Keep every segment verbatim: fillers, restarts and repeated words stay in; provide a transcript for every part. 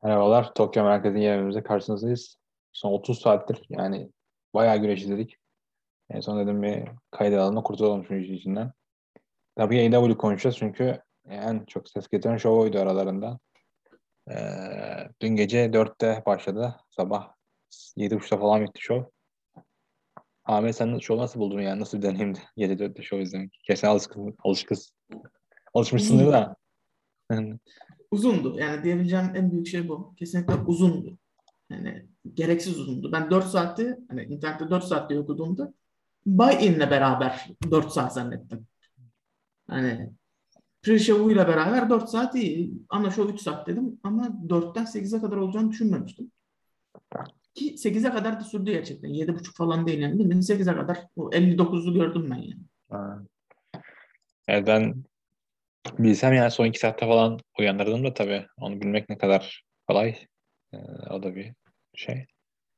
Merhabalar, Tokyo Merkez'in yerimizde karşınızdayız. Son otuz saattir yani bayağı güreş izledik. En son dedim bir kayda alalım kurtulalım şu işin içinden. Tabii A E W konuşacağız çünkü en çok ses getiren show oydu aralarında. Ee, dün gece dörtte başladı. Sabah yedi buçukta falan bitti show. Ahmet sen show nasıl buldun yani? Nasıl bir deneyimdi gece dörtte show izlemek? Kesin alışkın, alışkız, alışmışsındır Uzundu. da. Uzundu. Yani diyebileceğim en büyük şey bu. Kesinlikle uzundu. Yani gereksiz uzundu. Ben dört saati hani internette dört saat diye okuduğumda buy-in'le beraber dört saat zannettim. Hani pre-show'uyla beraber dört saat iyi. Ana show üç saat dedim ama dörtten sekize kadar olacağını düşünmemiştim. Ki sekize kadar da sürdü gerçekten. yedi buçuk falan değil yani. Bildiğin sekize kadar o elli dokuzu gördüm ben yani. Ha. Yani ben bilsem yani son iki saatte falan uyandırdım da tabii. Onu bilmek ne kadar kolay. Ee, o da bir şey.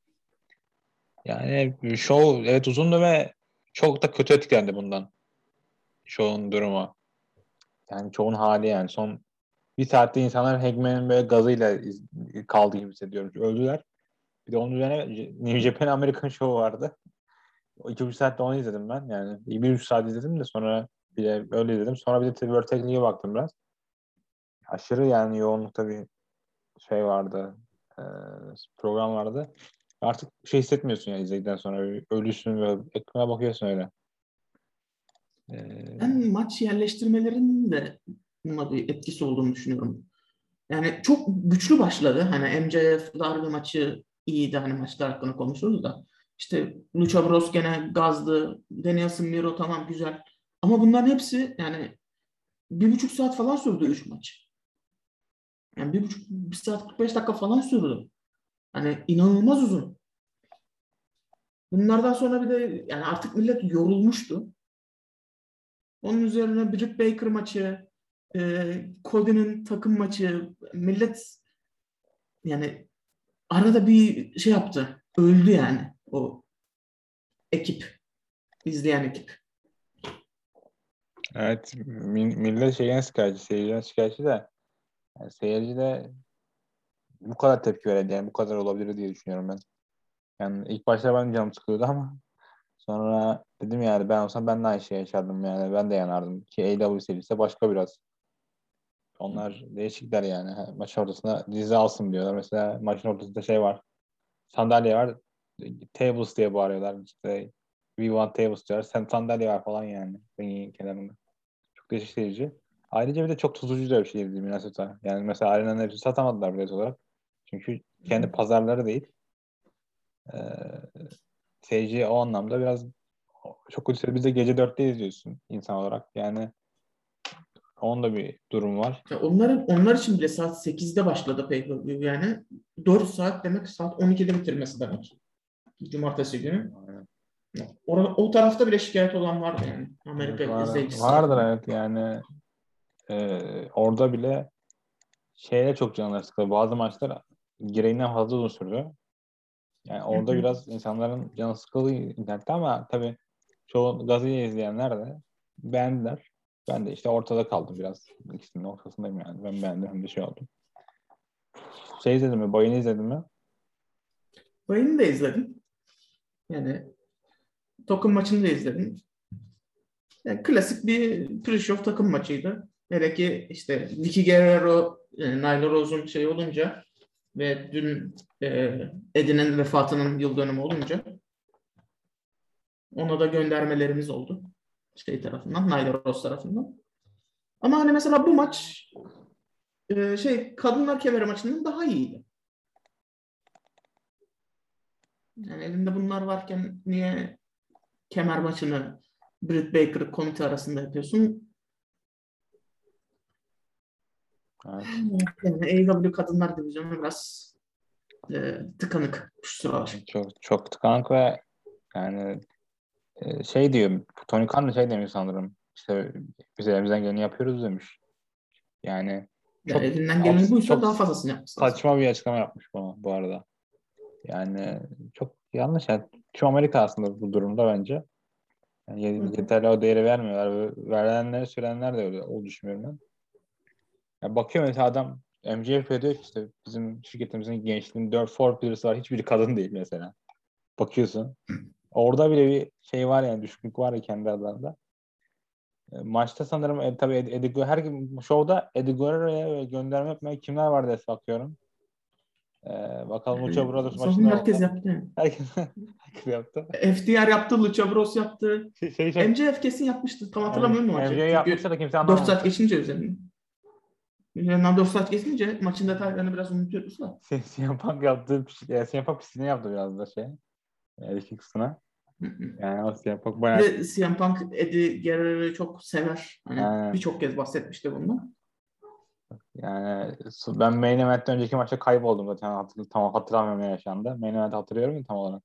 Yani show evet uzundu ve çok da kötü etkilendi bundan. Show'un durumu. Yani çoğun hali yani. Son bir saatte insanlar Hangman'ın böyle gazıyla iz- kaldı gibi hissediyorum. Öldüler. Bir de onun üzerine New Japan American Show vardı. O iki buçuk saatte onu izledim ben. Yani bir buçuk saat izledim de sonra bir de öyle izledim. Sonra bir de World Tag League'e baktım biraz. Aşırı yani yoğunlukta bir şey vardı. e, program vardı. Artık şey hissetmiyorsun yani izledikten sonra. Ölüsün ve ekrana bakıyorsun öyle. E, Ben maç yerleştirmelerinin de buna bir etkisi olduğunu düşünüyorum. Yani çok güçlü başladı. Hani M J F Darby maçı iyiydi. Hani maçlar hakkında konuşuruz da. İşte Lucha Bros gene gazdı. Danielson Miro tamam güzel. Ama bunların hepsi yani bir buçuk saat falan sürdü üç maç. Yani bir buçuk, bir saat kırk beş dakika falan sürdü. Hani inanılmaz uzun. Bunlardan sonra bir de yani artık millet yorulmuştu. Onun üzerine Britt Baker maçı, e, Cody'nin takım maçı, millet yani arada bir şey yaptı. Öldü yani o ekip, izleyen ekip. evet mi- millet şeyden şikayetçi, seyirciden şikayetçi de yani seyirci de bu kadar tepki verir yani bu kadar olabilir diye düşünüyorum ben. Yani ilk başta ben canım sıkıyordu ama sonra dedim yani ben olsam ben de aynı şeyi yaşardım yani ben de yanardım ki A E W serisi de başka biraz. Onlar değişikler yani. Ha, maç ortasında dizi alsın diyorlar. Mesela maçın ortasında şey var. Sandalye var. Tables diye bağırıyorlar. İşte we want tables diyorlar. Sen sandalye var falan yani. Ringin kenarında. Çok değişik. Ayrıca bir de çok tutucu da bir şey değil Minnesota. Yani mesela arenanın hepsini satamadılar bilet olarak. Çünkü kendi pazarları değil. Ee, seyirci o anlamda biraz çok kötü. Biz de gece dörtte izliyorsun insan olarak. Yani onun da bir durum var. Ya onların, onlar için bile saat sekizde başladı pay-per-view yani. dört saat demek saat on ikide bitirmesi demek. Cumartesi günü. O, o tarafta bile şikayet olan vardı yani. Amerika Evet, var, izleyicisi vardır tarafından. evet yani e, orada bile şeyle çok canlar sıkıldı. Bazı maçlar gereğinden fazla uzun sürdü. Yani Hı orada hı. biraz insanların canı sıkıldı internette ama tabii çoğu gazeteyi izleyenler de beğendiler. Ben de işte ortada kaldım biraz. İkisinin ortasındayım yani. Ben beğendim hem de şey oldum. Şey izledin mi? Bayını izledin mi? Bayını da izledim. Yani takım maçını da izledim. Yani klasik bir pre-show takım maçıydı. Hele ki işte Vicky Guerrero, e, Nyla Rose'un şey olunca ve dün e, Eddie'nin vefatının yıl dönümü olunca ona da göndermelerimiz oldu. Şey tarafından, Nyla Rose tarafından. Ama hani mesela bu maç e, şey kadınlar kemeri maçından daha iyiydi. Yani elinde bunlar varken niye kemer maçını Britt Baker komite arasında yapıyorsun? Evet. Yani A E W Kadınlar Divizyonu biraz e, tıkanık şu sıralar. Çok çok tıkanık ve yani e, şey diyor Tony Khan da şey demiş sanırım. İşte biz elimizden geleni yapıyoruz demiş. Yani Ya çok elinden geleni abs buysa çok daha fazlasını yapması lazım. saçma bir açıklama yapmış bu, bu arada. Yani çok yanlış. Yani tüm Amerika aslında bu durumda bence. Yani Hı ye- hı. yeterli o değeri vermiyorlar. Ve verilenleri söylenenler de öyle. O düşünüyorum ben. Ya bakıyor mesela adam M J F diyor ki işte bizim şirketimizin gençliğinin dört four pillars var. Hiçbiri kadın değil mesela. Bakıyorsun. Orada bile bir şey var yani düşüklük var ya kendi aralarında. E, maçta sanırım e, tabii Ed- Eddie Guerrero, her şovda Eddie Guerrero'ya gönderme yapmaya kimler var diye bakıyorum. E, bakalım Lucha Yani Brothers maçı ne sanırım herkes oldu? yaptı yani. Herkes, herkes yaptı. F D R yaptı, Lucha Bros yaptı. Şey, şey çok M J F kesin yapmıştı. Tam hatırlamıyorum mu M J maçı? yapmışsa Çünkü da kimse dört saat anlamamıştır. geçince üzerinden. Üzerinden dört saat geçince maçın detaylarını biraz unutuyoruz da. C M Punk yaptığı yani C M Punk pisliğini yaptı biraz da şey. Erkek kısmına. Yani o C M Punk Bir bayağı de C M Punk Eddie Guerrero'yu çok sever. Hani yani, birçok kez bahsetmişti bundan. yani ben Main Event'ten önceki maçta kayboldum zaten. Hatırl tam hatırlamıyorum ne yaşandı. Main Event'i hatırlıyorum ya tam olarak.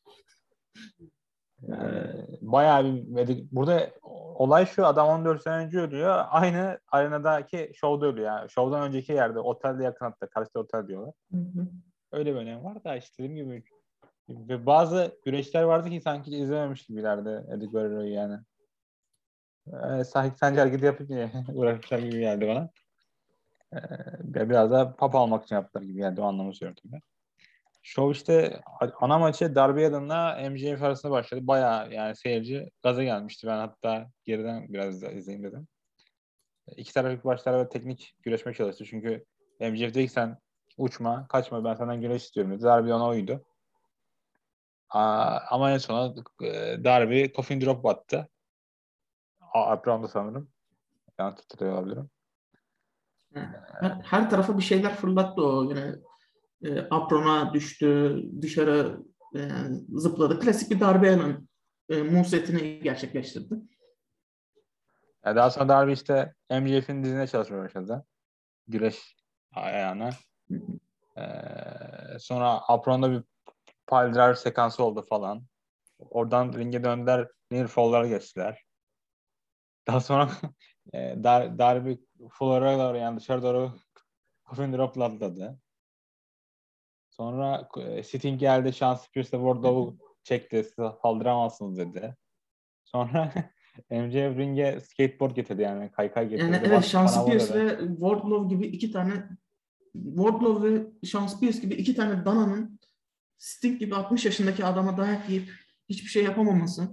Ee, Ee, bayağı bir burada olay şu, adam on dört sene önce ölüyor. Aynı arenadaki şovda ölüyor. Yani şovdan önceki yerde otelde yakın, hatta karşıda otel diyorlar. hı hı. Öyle bir önem var da işte dediğim gibi ve bazı güreşler vardı ki sanki izlememiş gibilerdi Eddie Guerrero'yu yani. Ee, sanki sence hareket yapıp diye uğraşmışlar gibi geldi bana. Ee, biraz da pap almak için yaptılar gibi geldi, o anlamı söylüyorum tabii. Şov işte ana maçı Darby Allin'la M J F arasında başladı. Bayağı yani seyirci gaza gelmişti. Ben hatta geriden biraz da izleyeyim dedim. İki taraf ilk başlarda böyle teknik güreşmeye çalıştı. Çünkü M J F dedi ki sen uçma, kaçma, ben senden güreş istiyorum dedi. Darby ona uydu. Aa, ama en sona e, Darby coffin drop battı. Apron'da sanırım. Yanlış hatırlıyor olabilirim. Her, her tarafa bir şeyler fırlattı o. Yine e, aprona düştü, dışarı e, zıpladı. Klasik bir darbe Allin e, movesetini gerçekleştirdi. Yani daha sonra Darby işte M J F'in dizine çalışmaya başladı. Güreş ayağına. Ee, sonra Apron'da bir pile driver sekansı oldu falan. Oradan ringe döndüler. Near fall'lara geçtiler. Daha sonra e, Dar Darby Fuller'a doğru yani dışarı doğru coffin drop'la atladı. Sonra e, Sting geldi. Sean Spears'la Wardlow'u çekti. Siz saldıramazsınız dedi. Sonra M J F ringe skateboard getirdi yani. Kaykay Yani getirdi. evet, Bas Sean bana vur Spears dedi. ve Wardlow gibi iki tane Wardlow ve Sean Spears gibi iki tane dananın Sting gibi altmış yaşındaki adama dayak yiyip hiçbir şey yapamaması.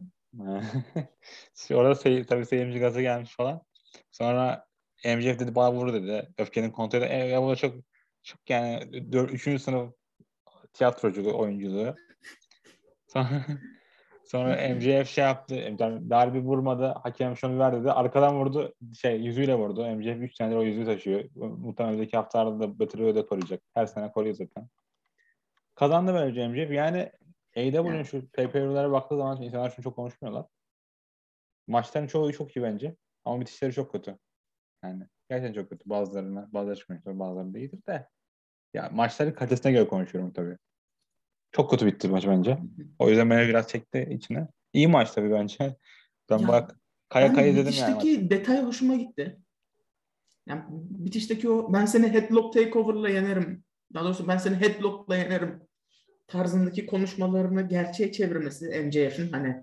Orada sey tabii seyirci gaza gelmiş falan. Sonra M J F dedi bana vur dedi. Öfkenin kontrolü. E, ya bu da çok çok yani dört, üçüncü sınıf tiyatroculuğu, oyunculuğu. Sonra, sonra M J F şey yaptı. Yani darbe vurmadı. Hakem şunu ver dedi. Arkadan vurdu. Şey yüzüyle vurdu. M J F üç senedir o yüzüğü taşıyor. Muhtemelen önümüzdeki haftalarda da Battle Royale'de koruyacak. Her sene koruyor zaten. Kazandı böylece M J F. Yani A E W'nin Yani, şu pay-per-view'lere baktığı zaman insanlar şunu çok konuşmuyorlar. Maçların çoğu çok iyi bence. Ama bitişleri çok kötü. Yani gerçekten çok kötü. Bazılarına, bazıları çok konuşuyor, bazıları da iyidir de. Ya maçların kalitesine göre konuşuyorum tabii. Çok kötü bitti maç bence. O yüzden beni biraz çekti içine. İyi maç tabii bence. Ben ya bak kaya kaya ben izledim yani maçı. bitişteki detay hoşuma gitti. Yani bitişteki o ben seni headlock takeover'la yenerim. Daha doğrusu ben seni headlock'la yenerim tarzındaki konuşmalarını gerçeğe çevirmesi M J F'in hani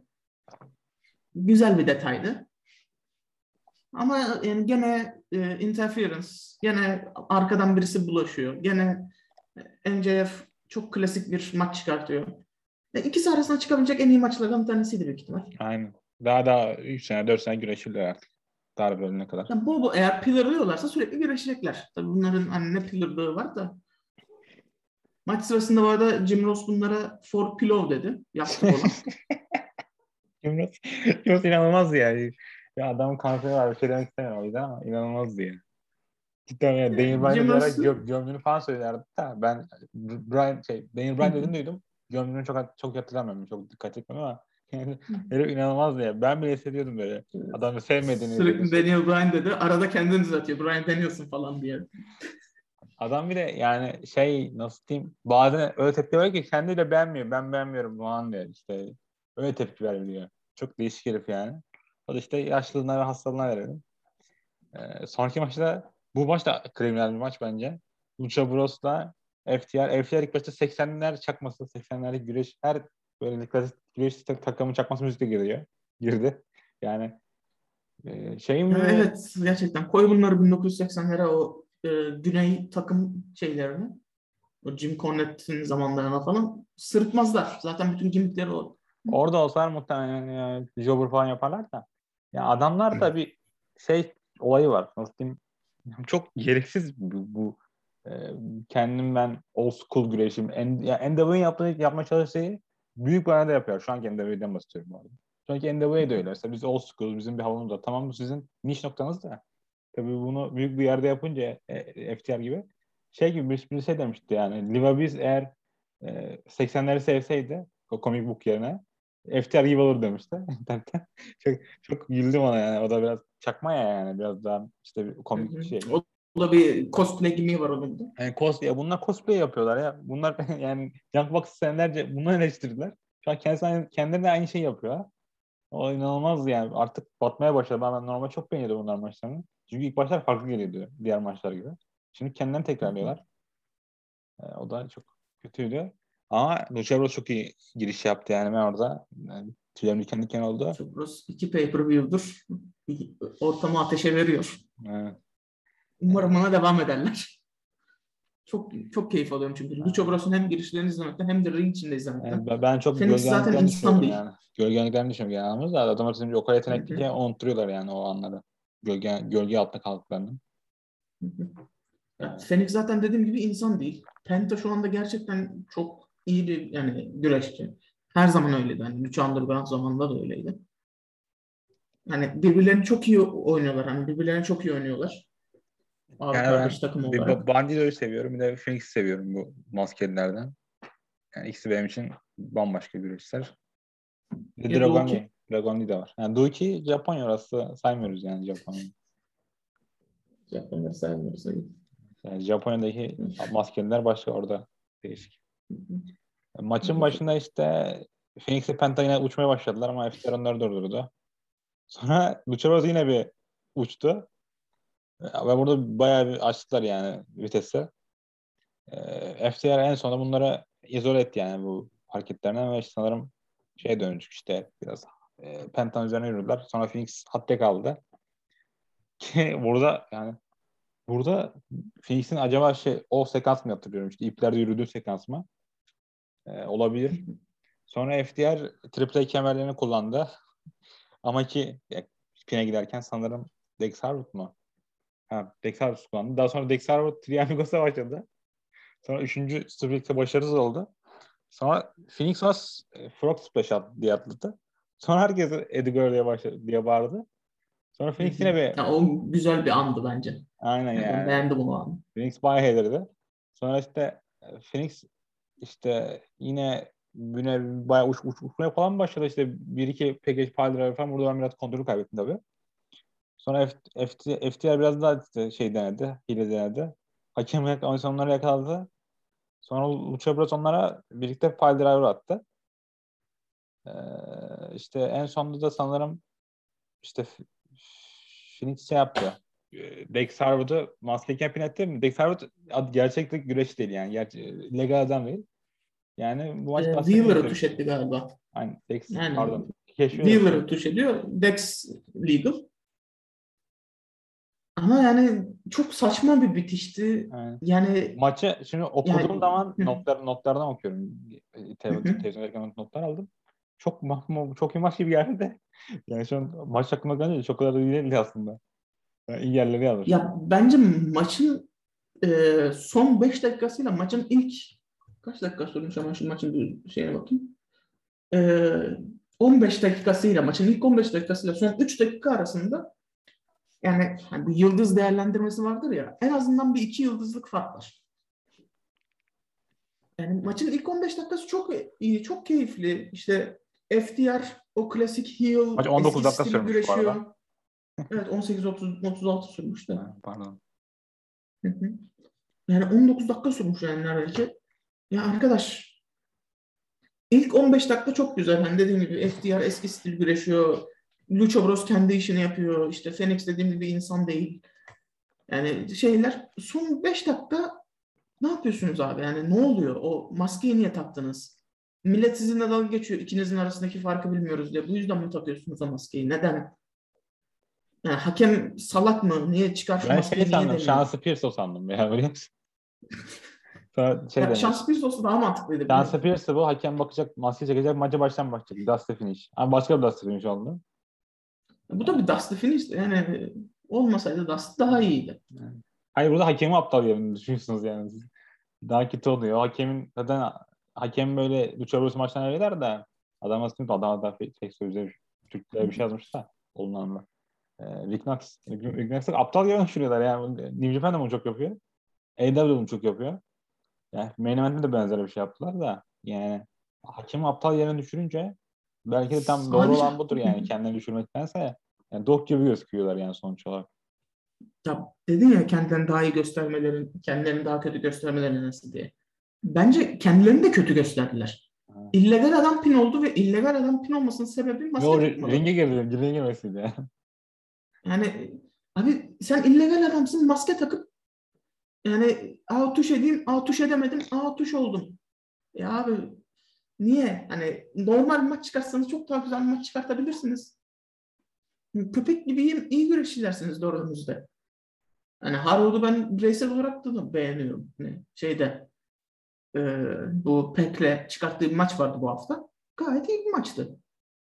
güzel bir detaydı. Ama yani gene e, interference, gene arkadan birisi bulaşıyor. Gene e, M J F çok klasik bir maç çıkartıyor. E, ikisi arasında çıkabilecek en iyi maçlardan bir tanesiydi büyük ihtimal. Aynen. Daha daha üç sene dört sene güreşirler artık. Darbe ölene kadar. Yani bol bol eğer pillarlıyorlarsa sürekli güreşecekler. Tabii bunların hani ne pillarlığı var da. Maç sırasında bu arada Jim Ross bunlara for pillow dedi. Yastık olan. Yunus, Yunus inanılmaz yani. Ya adamın kanseri var. Bir şey demek istemiyorum o yüzden ama inanılmazdı ya. Cidden ya Daniel Yani Bryan'da Jim bir ara Ross'u gö gömdüğünü falan söylerdi. Ha, ben Bryan şey Daniel Bryan dediğini duydum. Gömdüğünü çok çok hatırlamıyorum. Çok dikkat etmedim ama yani herif inanılmazdı ya. Ben bile hissediyordum böyle. Adamı sevmediğini sürekli hissediyorsun. Daniel Bryan dedi. Arada kendini düzeltiyor. Bryan Danielson falan diye. Adam bir de yani şey nasıl diyeyim, bazen öyle tepki veriyor ki kendiyle beğenmiyor. Ben beğenmiyorum falan diyor işte. Öyle tepki veriyor. Çok değişik herif yani. O da işte yaşlılığına ve hastalığına verelim. Ee, sonraki maçta bu maç da kriminal bir maç bence. Lucha Bros'la F T R. F T R ilk başta seksenler çakması, seksenlerde güreş, her böyle klasik güreş tak- takımı çakması müzikle giriyor. Girdi. Yani e, şey Yani mi evet, gerçekten koy bunları bin dokuz yüz seksenlere, o e, Güney takım şeylerini, o Jim Cornette'in zamanlarına falan sırıtmazlar. Zaten bütün gimmickleri o. Orada olsalar muhtemelen yani, jobber falan yaparlar da. Ya adamlar da bir şey olayı var. Nasıl diyeyim? Çok gereksiz bu, bu e, kendim ben old school güreşim. En, ya N W A'nın yaptığı, yapmaya çalıştığı şeyi büyük bir arada yapıyor. Şu anki N W A'den bahsediyorum bu arada. Şu anki N W A da öyle. Mesela biz old school, bizim bir havamız var. Tamam, bu sizin niş noktanız da. Tabii bunu büyük bir yerde yapınca e, F T R gibi şey gibi bir, bir şey demişti yani. Liv Abyss eğer e, seksenleri sevseydi o comic book yerine F T R gibi olur demişti internetten. çok, çok güldüm ona yani. O da biraz çakma ya yani. Biraz daha işte bir Hı komik bir hı. şey. O da bir cosplay gimmiği var onun da. Yani cos, ya bunlar cosplay yapıyorlar ya. Bunlar yani Junkbox senelerce bunu eleştirdiler. Şu an kendisi, kendileri de aynı şeyi yapıyor. O inanılmaz yani. Artık batmaya başladı. Ben normal çok beğeniyordum bunlar maçlarını. Çünkü ilk başlar farklı geliyordu diğer maçlar gibi. Şimdi kendilerini Hı hı. tekrarlıyorlar. Ee, o da çok kötüydü. Ama Lucha çok iyi giriş yaptı yani ben orada. Yani, tüylerim diken diken oldu. Çupros iki pay-per-view'dur. Bir ortamı ateşe veriyor. Evet. Umarım ona devam ederler. Çok çok keyif alıyorum çünkü. Lucha Evet. Bros'un hem girişlerini izlemekten hem de ring içinde Yani izlemekten. ben ben çok Phoenix zaten gölgelediklerini insan düşünüyorum değil. yani. Gölgelediklerini düşünüyorum genel anlamda da adamlar şimdi o kadar Hı yetenekli hı. ki unutturuyorlar yani o anları. Gölge, gölge altında kaldıklarını. Hı hı. Ya, Evet. Phoenix zaten dediğim gibi insan değil. Penta şu anda gerçekten çok iyi bir yani güreşçi. Her zaman öyleydi. Hani Lucha Underground zamanında da öyleydi. Hani birbirlerini çok iyi oynuyorlar. Hani birbirlerini çok iyi oynuyorlar. Abi Yani kardeş ben takım bir olarak. Ba- Bandido'yu seviyorum bir de Phoenix'i seviyorum bu maskelilerden. Yani ikisi benim için bambaşka güreşler. Bir de Ya Doğu Dragon, ki Dragon de var. Yani Douki Japonya, orası saymıyoruz yani Japonya'yı. Japonları saymıyoruz. Yani Japonya'daki maskeliler başka orada değişik. Maçın Hı. başında işte Phoenix'le Penta yine uçmaya başladılar ama F T R onları durdurdu. Sonra Luchasaurus yine bir uçtu. Ve burada bayağı bir açtılar yani vitesi. Ee, F T R en sonunda bunları izole etti yani bu hareketlerinden ve sanırım şeye dönecek işte biraz e, Penta'nın üzerine yürüdüler. Sonra Phoenix hatta kaldı. Ki burada yani burada Phoenix'in acaba şey o sekans mı hatırlıyorum işte iplerde yürüdüğü sekans mı? Ee, olabilir. Sonra F T R Triple A kemerlerini kullandı. Ama ki ya, pine giderken sanırım Dex Harwood mu? Ha, Dex Harwood kullandı. Daha sonra Dex Harwood Triamigos'a başladı. Sonra üçüncü Strike'de başarısız oldu. Sonra Phoenix sonra e, Frog Splash attı diye atladı. Sonra herkes Eddie Guerrero diye, başladı, diye bağırdı. Sonra Hı Phoenix hı. yine bir Ya, o güzel bir andı bence. aynen Yani ben yani beğendim o anı. Phoenix bayağı heyedirdi. Sonra işte e, Phoenix işte yine güne bayağı uç, uç, uçmaya falan başladı. İşte bir iki package pile falan. Burada ben biraz kontrolü kaybettim tabii. Sonra F, F, F T R biraz daha işte şey denedi. Hile denedi. Hakem yak- onları yakaladı. Sonra Lucha Bros onlara birlikte pile driver attı. Ee, işte en sonunda da sanırım işte F- Phoenix şey yaptı. Ee, Dex Harwood'u maskeyken pin etti mi? Dex Harwood ad- gerçeklik güreş değil yani. Gerçi, legal adam değil. Yani bu maç da E, aslında Wheeler'ı neyse. tuş etti galiba. Aynen Dex Yani pardon. Keşfi öyle bir Wheeler'ı şey. tuş ediyor. Dex legal. Ama yani çok saçma bir bitişti. Yani Yani maçı şimdi okuduğum yani zaman notlar notlardan okuyorum. Televizyon televizyonda notlar aldım. Çok ma- çok iyi maç gibi geldi de. Yani şu an maç aklıma gelince çok kadar iyi değildi aslında. Yani iyi yerleri yazmış. ya bence maçın e, son beş dakikasıyla maçın ilk kaç dakika sürmüş ama şu maçın bir şeyine bakayım. E, on beş dakikasıyla maçın ilk on beş dakikasıyla son üç dakika arasında yani hani bir yıldız değerlendirmesi vardır ya en azından bir iki yıldızlık fark var. Yani maçın ilk on beş dakikası çok iyi, çok keyifli. İşte F D R o klasik heel Maç on dokuz eski dakika stili sürmüş bu arada. güreşiyor. Evet on sekiz otuz otuz altı sürmüş de. Ha, pardon. Hı hı. Yani on dokuz dakika sürmüş yani neredeyse. Ya arkadaş ilk on beş dakika çok güzel. Hani dediğim gibi F D R eski stil güreşiyor. Lucha Bros kendi işini yapıyor. İşte Phoenix dediğim gibi insan değil. Yani şeyler son beş dakika ne yapıyorsunuz abi? Yani ne oluyor? O maskeyi niye taktınız? Millet sizinle dalga geçiyor. İkinizin arasındaki farkı bilmiyoruz diye. Bu yüzden mi takıyorsunuz o maskeyi? Neden? Yani hakem salak mı? Niye çıkar şu Ben şey maskeyi niye sandım. demiyor? Şansı Pierce o sandım ya, biliyor musun? Sonra şey Ya demiş. şans bir olsa daha mantıklıydı biliyor Şansı musun? Pierce bu. Hakem bakacak, maske çekecek, maça baştan bakacak. Dusty finish. Ama başka bir Dusty finish oldu. Bu da bir Dusty finish. Yani olmasaydı Dusty daha iyiydi. Yani. Hayır, burada hakemi aptal yerine düşünüyorsunuz yani. Siz. Daha kötü oluyor. O hakemin zaten hakem böyle Lucha maçtan öyle der de adam aslında adam da tek sözde Türkler bir şey yazmış da olunanlar. Ee, Rick Knox. Rick Rick Knox'ı aptal yerine düşürüyorlar yani. New Japan de bunu çok yapıyor. A E W de bunu çok yapıyor. Yani Main Event'te de benzer bir şey yaptılar da yani hakemi aptal yerine düşürünce belki de tam doğru Sadece olan budur yani, kendini düşürmektense yani dok gibi gözüküyorlar yani sonuç olarak. ya dedin ya kendilerini daha iyi göstermeleri, kendilerini daha kötü göstermeleri nasıl diye. Bence kendilerini de kötü gösterdiler. Ha. İllegal adam pin oldu ve illegal adam pin olmasının sebebi Yo, maske ringe takmaları. girdi. Ringe girmesiydi ya. Yani abi sen illegal adamsın maske takıp yani a tuş edeyim, a tuş edemedim, a tuş oldum. Ya abi niye? Hani normal bir maç çıkarsanız çok daha güzel bir maç çıkartabilirsiniz. Köpek gibi iyi, iyi güreşçilersiniz doğrunuzda. Hani Harvard'u ben bireysel olarak da beğeniyorum. Hani şeyde e, bu Pek'le çıkarttığı bir maç vardı bu hafta. Gayet iyi bir maçtı.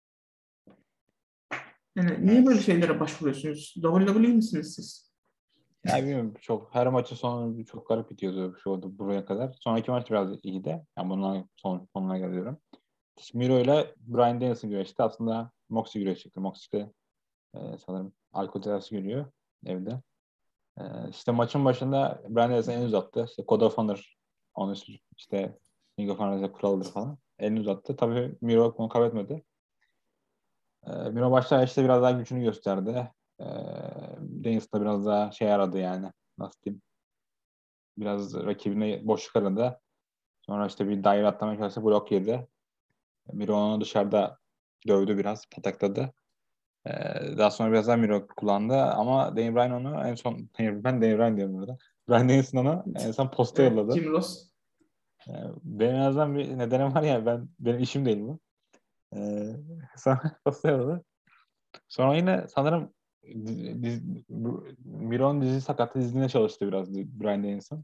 Yani niye böyle Evet. şeylere başvuruyorsunuz? W W E misiniz siz? Ya bilmiyorum, çok her maçın sonu çok garip bitiyordu şu oldu buraya kadar. Sonraki maç biraz iyiydi. Yani bundan son, sonuna geliyorum. Miro ile Bryan Danielson güreşti. Aslında Moxley güreşecekti. Moxley de e, sanırım alkol tedavisi görüyor evde. E, işte maçın başında Bryan Danielson elini uzattı. İşte Code of Honor, onun üstü, işte Ring of Honor'da kuralıdır falan. Elini uzattı. Tabii Miro bunu kabul etmedi. E, Miro başta işte biraz daha gücünü gösterdi. E, Danielson da biraz daha şey aradı yani. Nasıl diyeyim? Biraz rakibine boşluk aradı. Sonra işte bir daire atlamaya çalıştı. Blok yedi. Miro onu dışarıda dövdü biraz. Patakladı. Ee, daha sonra biraz daha Miro kullandı. Ama Daniel Bryan onu en son... Ben Daniel Bryan diyorum burada. Bryan Danielson onu en son posta Evet, yolladı. Jim Ross. Ee, benim en azından bir nedenim var ya, ben benim işim değil bu. Ee, sonra posta yolladı. Sonra yine sanırım diz, Miro'nun dizi sakatı, dizine çalıştı biraz Bryan Danielson.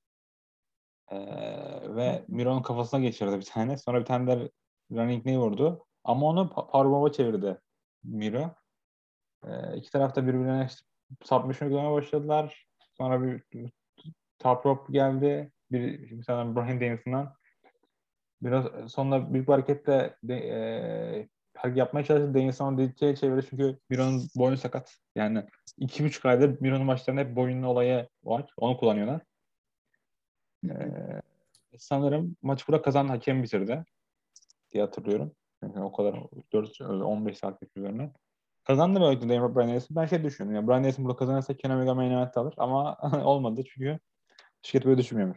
Ee, ve Miro'nun kafasına geçirdi bir tane. Sonra bir tane de running knee vurdu. Ama onu pa- powerbomb'a çevirdi Miro. Ee, iki taraf da birbirine işte submission uygulamaya başladılar. Sonra bir top rope geldi. Bir, bir tane Bryan Danielson'dan. Biraz sonra büyük bir hareketle de, e, hareket yapmaya çalıştı. Danielson D T'ye çevirdi çünkü Miro'nun boynu sakat. Yani iki buçuk aydır Miro'nun maçlarında hep boyunun olayı var. Onu kullanıyorlar. Ee, sanırım maçı burada kazanan hakem bitirdi diye hatırlıyorum. Yani o kadar dört on beş saat üzerine. Kazandı belki de Bryan Danielson. Ben şey düşünüyorum. Yani Bryan Danielson burada kazanırsa Kenny Omega main event alır ama olmadı çünkü şirket böyle düşünmüyormuş.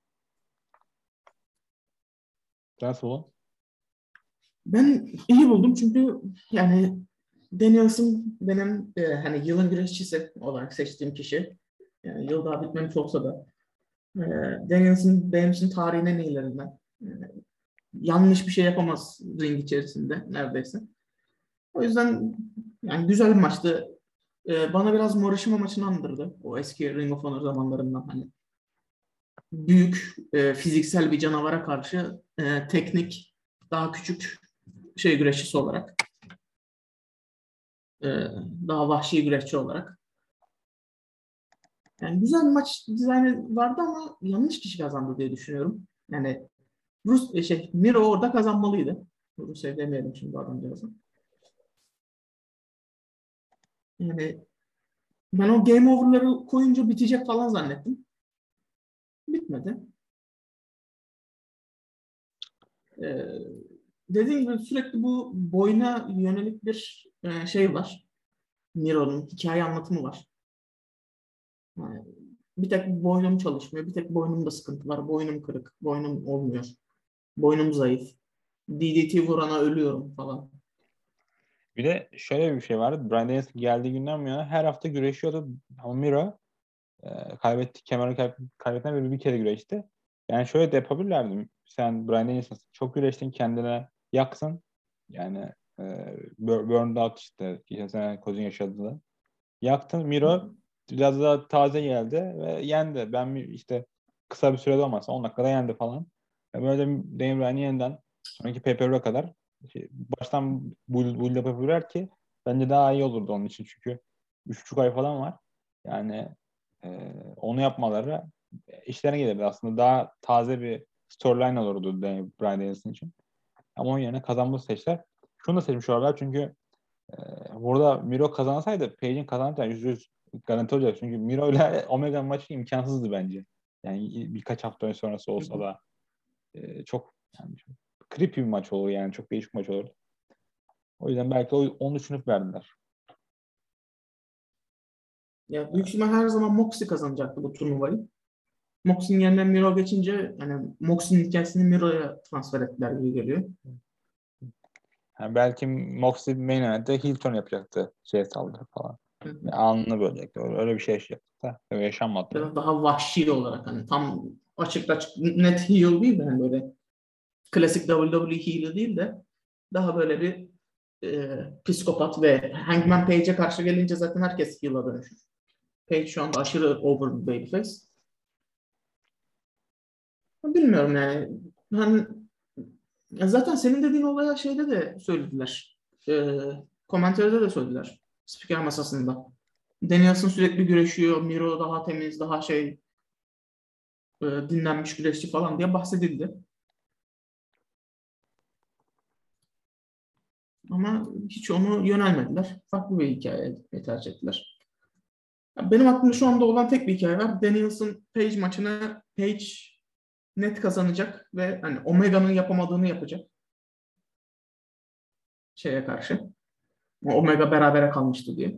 Nasıl bu? Ben iyi buldum çünkü yani Danielson benim e, hani yılın güreşçisi olarak seçtiğim kişi. Yani yıl daha bitmemiş olsa da e, Danielson benim için tarihin en iyilerinden. E, yanlış bir şey yapamaz ring içerisinde neredeyse. O yüzden yani güzel bir maçtı. E, bana biraz Morishima maçını andırdı. O eski Ring of Honor zamanlarından hani. Büyük e, fiziksel bir canavara karşı e, teknik daha küçük şey güreşçisi olarak e, daha vahşi güreşçi olarak. Yani güzel bir maç dizaynı vardı ama yanlış kişi kazandı diye düşünüyorum. Yani Rus e, şey Miro orada kazanmalıydı. Rusya demeyelim şimdi adamcağızı. Yani ben o game over'ları koyunca bitecek falan zannettim. Bitmedi. Ee, dediğim gibi sürekli bu boyuna yönelik bir e, şey var. Miro'nun hikaye anlatımı var. Yani bir tek boynum çalışmıyor, bir tek boynumda sıkıntı var. Boynum kırık, boynum olmuyor. Boynum zayıf. D D T vurana ölüyorum falan. Bir de şöyle bir şey vardı. Bryan Danielson geldiği günden bu yana her hafta güreşiyordu. Ama Miro e, kaybetti. Kemer'i kay kaybettiğinden beri bir kere güreşti. Yani şöyle de yapabilirlerdi. Sen Bryan Danielson çok güreştin, kendine yaksın. Yani e, bur- burned out işte. Geçen sene Kozun yaşadı. Yaktın. Miro biraz daha taze geldi ve yendi. Ben bir- işte kısa bir sürede olmasa on dakikada yendi falan. Ve böyle Daniel Bryan'i yeniden sonraki pay per view'e kadar şey, baştan build, build yapabilirler ki bence daha iyi olurdu onun için çünkü üç buçuk ay falan var. Yani e, onu yapmaları işlerine gelirdi aslında. Daha taze bir storyline olurdu Daniel Bryan Danielson için. Ama onun yerine kazanması seçtiler. Şunu da seçmiş olurlar çünkü ee, burada Miro kazansaydı Page'in kazanacağı yüzde yüz garanti olacak. Çünkü Miro ile Omega maçı imkansızdı bence. Yani birkaç hafta sonrası olsa da e, çok yani çok creepy bir maç olur yani. Çok değişik bir maç olur. O yüzden belki o- onu düşünüp verdiler. Ya büyük ihtimal her zaman Moxley kazanacaktı bu turnuvayı. Moxley'nin yerine Miro geçince hani Moxley'nin hikayesini Miro'ya transfer ettiler gibi geliyor. Yani belki Moxley main event'te heel turn yapacaktı. Şey saldırı falan. Hı hı. Yani alnını bölecekti. Öyle, öyle bir şey yaşayacaktı da. Öyle Ya yaşanmadı. da daha vahşi olarak hani tam açık açık net heel değil de hani böyle klasik W W E heel'i değil de daha böyle bir e, psikopat ve Hangman Page'e karşı gelince zaten herkes heel'a dönüşür. Page şu anda aşırı over bir babyface. Bilmiyorum yani. Ben ya zaten senin dediğin olaya şeyde de söylediler. E, komentörde de söylediler. Spiker masasında. Danielson sürekli güreşiyor. Miro daha temiz, daha şey e, dinlenmiş güreşçi falan diye bahsedildi. Ama hiç onu yönelmediler. Farklı bir hikaye etmeyi tercih ettiler. Benim aklımda şu anda olan tek bir hikaye var. Danielson Page maçını Page net kazanacak ve hani Omega'nın yapamadığını yapacak şeye karşı. Omega berabere kalmıştı diye.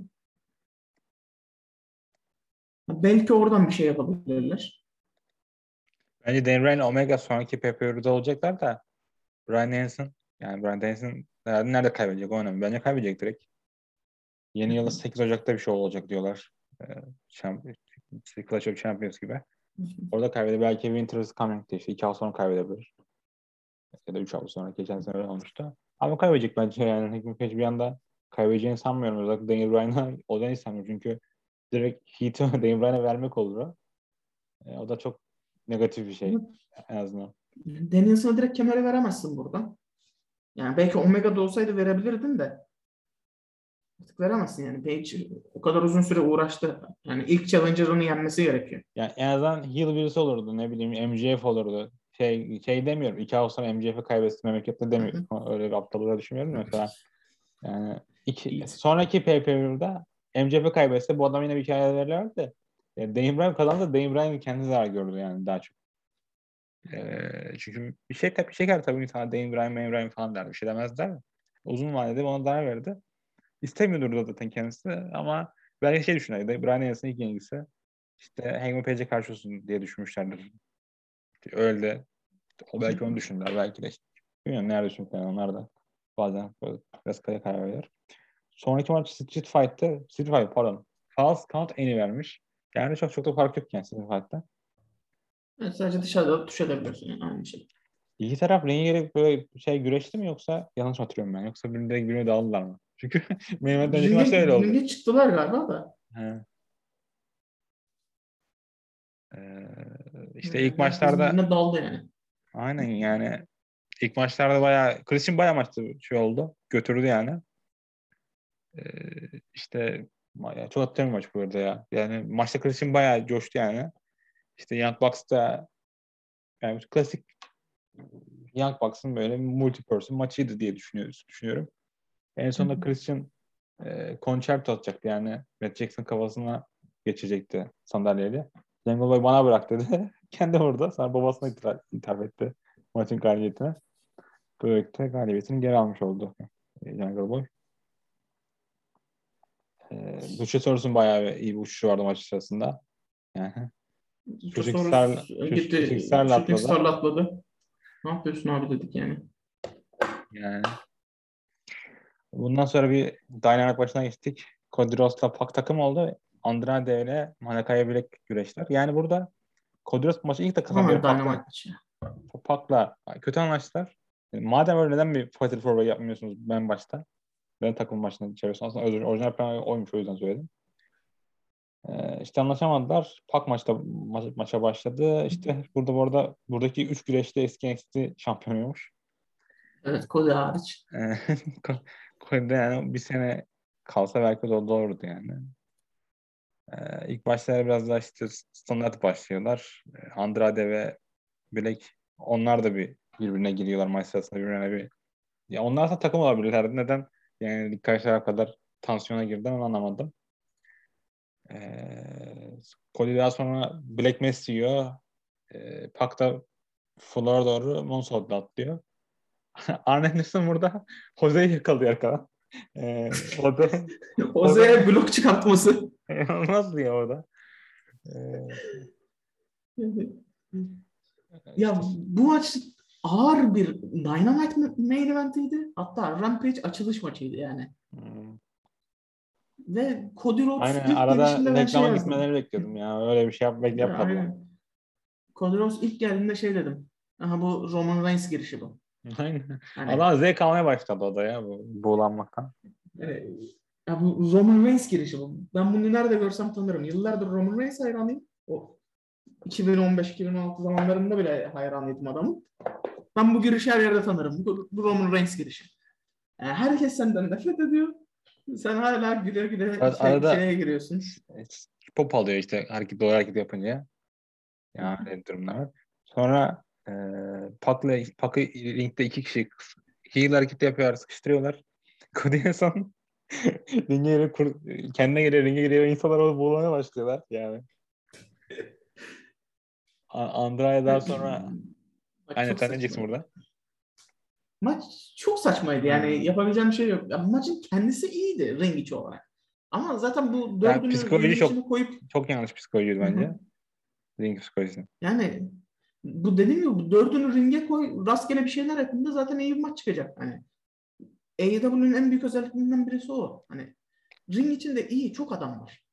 Belki oradan bir şey yapabilirler. Bence Daniel Bryan Omega sonraki pay per view'da olacaklar da Bryan Danielson yani Bryan Danielson herhalde nerede kaybedecek o önemli. Bence kaybedecek direkt. Yeni yılı sekiz Ocak'ta bir şey olacak diyorlar. Ee, Champ- Clash of Champions gibi. Orada kaybedebilir. Belki Winter is Coming diye işte iki hafta sonra kaybedebilir. Ya da üç hafta sonra. Geçen sene öyle olmuştu. Ama kaybedecek bence yani. Hikmet Page bir anda kaybedeceğini sanmıyorum. Özellikle Daniel Bryan'a o da sanmıyorum. Çünkü direkt Heat'ı Daniel Bryan'a vermek olur o. E, o da çok negatif bir şey. En azından. Danielson'a direkt kemeri veremezsin burada. Yani belki Omega'da olsaydı verebilirdin de artık veremezsin yani. Page o kadar uzun süre uğraştı. Yani ilk Challenger'ını yenmesi gerekiyor. Yani en azından heel birisi olurdu. Ne bileyim M J F olurdu. Şey, şey demiyorum. İki hafta sonra M J F'e kaybetsin memlekette Hı demiyorum. hı. Öyle bir aptallığa düşünmüyorum. Mesela yani iki, Heat. sonraki pay-per-view'da M J F kaybetse bu adam yine bir hikaye verirler de yani Daniel Bryan kazansa Daniel Bryan kendi zarar gördü yani daha çok. Ee, çünkü bir şey tabii çeker tabii insanlar Daniel Bryan, Daniel Bryan falan der. Bir şey demezler mi? Uzun vadede ona zarar verdi. İstemiyordur da zaten kendisi ama belki şey düşünüyor. Bryan Danielson'ın ilk yenilgisi işte Hangman Page'e karşı olsun diye düşünmüşlerdir. Öyle de o belki onu düşündüler. Belki de işte, bilmiyorum nerede düşündüler onlar da bazen böyle biraz kaya karar verir. Sonraki maç Street Fight'te Street Fight pardon. False Count Annie vermiş. Yani çok çok da fark yok yani Street Fight'ta. Evet, sadece dışarıda tuş edebiliyorsun yani aynı şey. İki taraf ringe girip böyle şey güreşti mi yoksa yanlış mı hatırlıyorum ben? Yoksa birbirine birbirine dağıldılar mı? Çünkü benim önceki Ringe, maçta öyle oldu. ringe çıktılar galiba da. He. Ee, işte ilk Yani herkes maçlarda birbirine daldı yani. aynen yani ilk maçlarda bayağı Christian bayağı maçta şey oldu. Götürdü yani. Ee, işte bayağı, çok hatırlıyorum maç bu arada ya. Yani maçta Christian bayağı coştu yani. İşte Young Bucks'ta yani klasik Young Bucks'ın böyle multi-person maçıydı diye düşünüyoruz, düşünüyorum. En sonunda Christian e, concerto atacaktı yani. Matt Jackson kafasına geçecekti sandalyeyle. Jungle Boy bana bırak dedi. Kendi vurdu. Sonra babasına ithaf, ithaf etti maçın galibiyetine. Böylelikle galibiyetini geri almış oldu e, Jungle Boy. E, Luchasaurus'un bayağı iyi bir uçuşu vardı maç sırasında. Yani Shooting Star, Luchasaurus Shooting gitti. Star'la Shooting atladı. Star'la atladı. Ne yapıyorsun abi dedik yani. Yani bundan sonra bir Dynamite başına geçtik. Cody Rhodes'la Pac takım oldu. Andrade ile Manakaya bilek güreşler. Yani burada Cody Rhodes maçı ilk dakikadan beri Tamamen Pac'la Dynamite maçı. Pac'la kötü anlaştılar. Yani madem öyle neden bir Fatal four way yapmıyorsunuz ben başta? Ben takım maçını çeviriyorsun. Aslında orijinal plan oymuş o yüzden söyledim. Ee, işte anlaşamadılar. Pak maçta ma- maça başladı. İşte burada bu arada buradaki üç güreşte eski N X T şampiyonuymuş. Evet, Cody hariç. Ee, Cody'de yani bir sene kalsa belki de o doğrudu yani. Ee, ilk başlarda biraz daha işte standart başlıyorlar. Ee, Andrade ve Black onlar da bir birbirine giriyorlar maç sırasında birbirine bir. Ya onlar da takım olabilirlerdi. Neden? Yani ilk karşılara kadar tansiyona girdi onu anlamadım. Ee, Cody daha sonra Black Mass yiyor. Ee, Pac da Floor'a doğru Moonsault'la atlıyor. Arn Anderson burada Jose'yi yakalıyor arkadan. Ee, o da o da Jose'ye blok çıkartması. nasıl ya o da? Ee, Ya işte bu maç ağır bir Dynamite main eventiydi. Hatta Rampage açılış maçıydı yani. hmm. Ve Cody Rhodes Aynen ilk arada gelişinde ben şey reklama yazdım. gitmeleri bekliyordum ya. Öyle bir şey yap yapmadılar. Aynen. Cody Rhodes ilk geldiğinde şey dedim. Aha, bu Roman Reigns girişi bu. Aynen. Hani Adam zevk almaya başladı o da ya bu buğulanmaktan. e, ya bu Roman Reigns girişi bu. Ben bunu nerede görsem tanırım. Yıllardır Roman Reigns hayranıyım. O iki bin on beş iki bin on altı zamanlarında bile hayranıydım adamın. Ben bu girişi her yerde tanırım. Bu, bu Roman Reigns girişi. Yani herkes senden nefret ediyor. Sen hala güle güle Ar- şey, Arada şeye giriyorsun. pop alıyor işte hareket doğru hareket yapınca. Yani öyle durumlar var. Sonra e, Pac'la Pac'ı ringde iki kişi heel hareketi yapıyorlar, sıkıştırıyorlar. Cody en son ringe giriyor, kur, kendine geliyor, ringe giriyor. İnsanlar orada boğulmaya başlıyorlar yani. A- Andrade daha sonra Bak aynen çok sen ne diyeceksin saçmaydı. burada? Maç çok saçmaydı. Yani Hmm. yapabileceğim bir şey yok. Ya, maçın kendisi iyiydi ring içi olarak. Ama zaten bu Yani dördünü psikoloji ring içine çok koyup çok yanlış psikolojiydi hı hı. bence. Ring psikolojisi. Yani bu dediğim gibi bu dördünü ringe koy, rastgele bir şeyler yapınca zaten iyi bir maç çıkacak. Hani A E W'nin en büyük özelliklerinden birisi o. Hani ring içinde iyi çok adam var.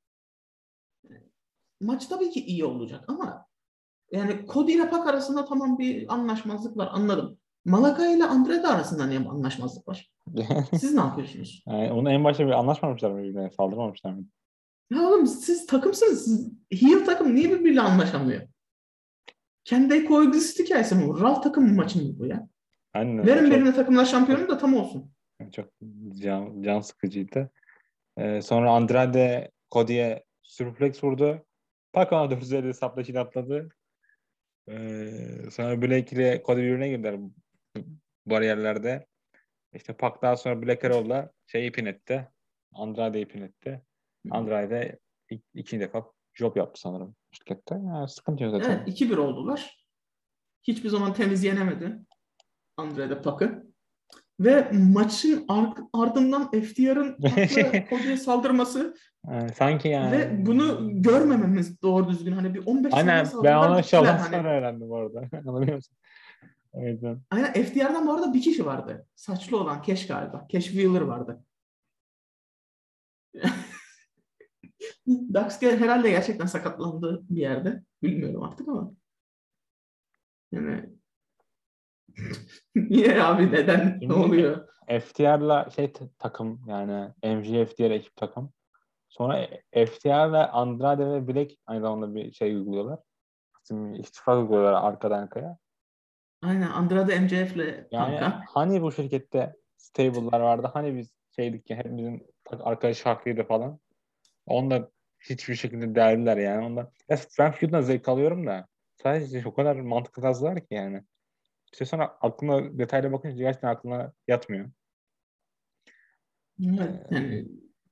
Maç tabii ki iyi olacak ama yani Cody ile Pac arasında tamam bir anlaşmazlık var, anladım. Malaka ile Andrade arasında niye anlaşmazlık var? Siz ne yapıyorsunuz? Yani onu en başta bir anlaşmamışlar mı birbirine? Saldırmamışlar mı? Ya oğlum siz takımsınız. Siz, heel takım niye birbiriyle anlaşamıyor? Kendi coexist hikayesi mi bu? Raw takım maçı mı bu ya? Aynen o Verin çok birine takımlar çok şampiyonu da tam olsun. çok can, can sıkıcıydı. Ee, sonra Andrade Cody'ye suplex vurdu. Pac ona dört yüz elli sapla atladı. Ee, sonra Black ile Cody birbirine girdiler bariyerlerde. İşte Pac daha sonra Black Arrow'la şeyi pin etti. Andrade'yi pin etti. Andrade ik- ikinci defa job yaptı sanırım şirkette. Yani sıkıntı yok zaten. Evet, iki bir oldular. Hiçbir zaman temiz yenemedi Andrade Pac'ı. Ve maçın ar- ardından F T R'ın Pac'la Cody'ye saldırması Yani sanki yani ve bunu görmememiz doğru düzgün. Hani bir on beş saniye aynen ben saldılar onu gittiler. şovdan sonra Hani öğrendim bu arada. Anlıyor musun? O yüzden. aynen F T R'dan bu arada bir kişi vardı. Saçlı olan Cash galiba. Cash Wheeler vardı. Daxke herhalde gerçekten sakatlandı bir yerde. Bilmiyorum artık ama. Yani niye abi neden? Ne Şimdi oluyor? F T R'la şey t- takım yani M J F diğer ekip takım. Sonra F T R ve Andrade ve Black aynı zamanda bir şey uyguluyorlar. Şimdi istifak uyguluyorlar arkadan arkaya. Aynen Andrade M J F'le Yani kanka. hani bu şirkette stable'lar vardı. Hani biz şeydik ya hepimizin tak- arkadaş hakkıydı falan. Onda hiçbir şekilde değerliler yani. Onda ya ben feud'dan zevk alıyorum da sadece o kadar mantıklı kazılar ki yani. İşte sonra aklına detaylı bakınca gerçekten aklına yatmıyor. Evet, Ee, yani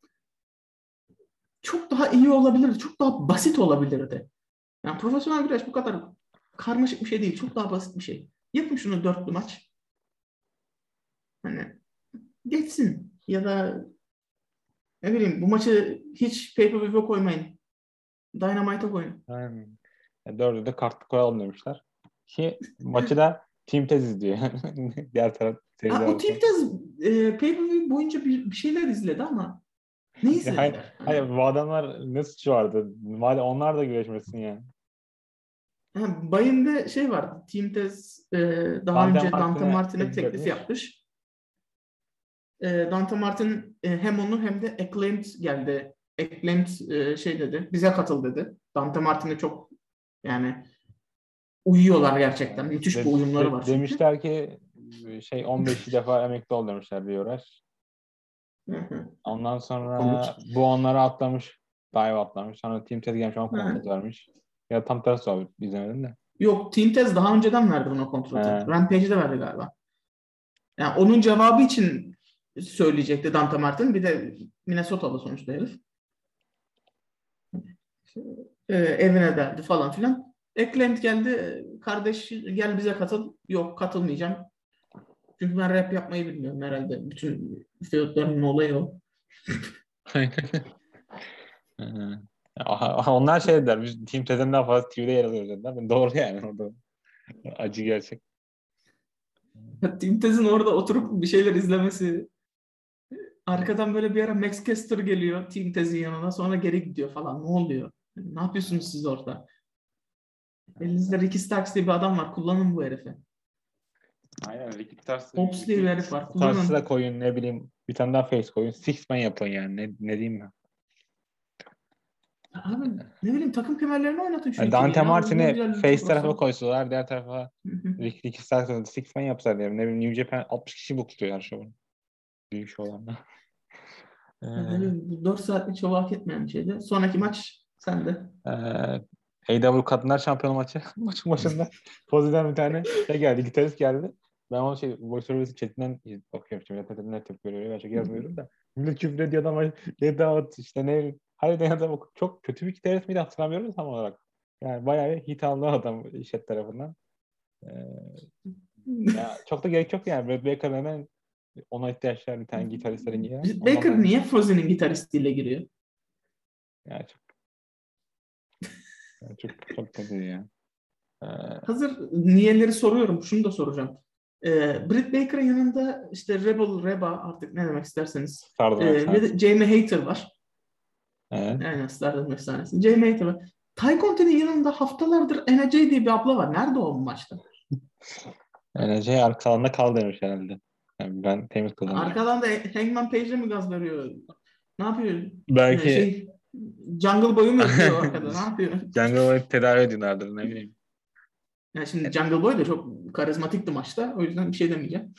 çok daha iyi olabilirdi. Çok daha basit olabilirdi. Yani profesyonel güreş bu kadar karmaşık bir şey değil. Çok daha basit bir şey. Yapın şunu dörtlü maç. Hani geçsin. Ya da ne bileyim bu maçı hiç pay-per-view'e koymayın. Dynamite'a koyun. yani, e, dördü de kartlı koyalım demişler. Ki maçı da Team Tez izliyor. Diğer taraf Ha, o seyirciler Team arasında. Taz e, pay-per-view boyunca bir, bir şeyler izledi ama ne Ya hayır, izlediler? hayır, Hani bu adamlar ne suçu vardı? Madem onlar da güreşmesin yani. ha, bayında şey vardı. Team Taz e, daha Dante önce Dante Martin'e Martin'e teklif teklif etmiş. yapmış. E, Dante Martin e, hem onu hem de Acclaimed geldi Acclaimed e, şey dedi. Bize katıl dedi. Dante Martin'e çok yani uyuyorlar gerçekten. Müthiş De, bir uyumları de, var çünkü. demişler ki şey on beş defa emekli ol demişler bir uğraş. Hı hı. Ondan sonra Komik. bu onları atlamış. Dive atlamış. Sonra Team Ted gelmiş ona kontrat Hı. vermiş. Ya tam tersi oldu. İzlemedim de. Yok, Team Tez daha önceden verdi buna kontratı. He. Rampage'de verdi galiba. Yani onun cevabı için söyleyecekti Dante Martin. Bir de Minnesota'lı sonuçta herif. Ee, evine derdi falan filan. Acclaimed geldi. Kardeş gel bize katıl. Yok, katılmayacağım. Çünkü ben rap yapmayı bilmiyorum herhalde. Bütün feudların olayı o. Hı. Aha, onlar şey dediler. Biz Team Ted'den daha fazla T V'de yer alıyoruz dediler. Doğru yani orada. Acı gerçek. Team Tez'in orada oturup bir şeyler izlemesi. Arkadan böyle bir ara Max Caster geliyor Team Tez'in yanına. Sonra geri gidiyor falan. Ne oluyor? Ne yapıyorsunuz siz orada? Elinizde Ricky Starks diye bir adam var. Kullanın bu herifi. Aynen. Ricky Starks, Hobbs diye bir Ricky herif var. Starks'ı da Kullanın. koyun ne bileyim. Bir tane daha face koyun. Six man yapın yani. Ne, ne diyeyim ben. Abi ne bileyim takım kemerlerini oynatın şu Yani ikiliyi Dante ya. Ne Martin'i güzel face çok tarafa olsa. koysalar diğer tarafa Hı hı. Ricky, Ricky Starks'ı six man yapsalar diyelim. Ne bileyim New Japan altmış kişi bookluyor her şovun. Büyük şov olan. Ya ne bileyim, bu dört saatlik şovu hak etmeyen bir şeydi. Sonraki maç sende. Ee, A E W Kadınlar Şampiyonu maçı. Maçın başında Pozi'den bir tane şey geldi. Gitarist geldi. Ben onu şey Voice Service chatinden bakıyorum. Şimdi millet ne tepki veriyor. Ben çok yazmıyorum da. Millet küfür ediyor adam. Get out işte ne. Harbiden adam çok kötü bir gitarist miydi hatırlamıyorum tam olarak. Yani bayağı bir hit aldı adam işlet tarafından. Ee, ya çok da gerek yok yani. Brad Baker'ın hemen ona ihtiyaçlar bir tane gitaristlerin girer. Ondan Baker sonra niye Frozen'in gitaristiyle giriyor? yani çok, yani çok, çok kötü ya. Ee, Hazır niyeleri soruyorum. Şunu da soracağım. Ee, Britt Baker'ın yanında işte Rebel, Reba artık ne demek isterseniz. Stardom Ee, ve efsanesi. de Jamie Hayter var. Evet. Aynen Stardom efsanesi. Jamie Hayter var. Ty Conti'nin yanında haftalardır N J diye bir abla var. Nerede o maçta? Yani şey arka alanda kal demiş herhalde. Yani ben temiz kullanıyorum. Arkadan da Hangman Page'e mi gaz veriyor? Ne yapıyor? Ee, Belki şey Jungle Boy'u mu yapıyor arkada? Ne yapıyor? Jungle Boy tedavi ediyorlardır ne bileyim. Yani şimdi Jungle Boy da çok karizmatikti maçta. O yüzden bir şey demeyeceğim.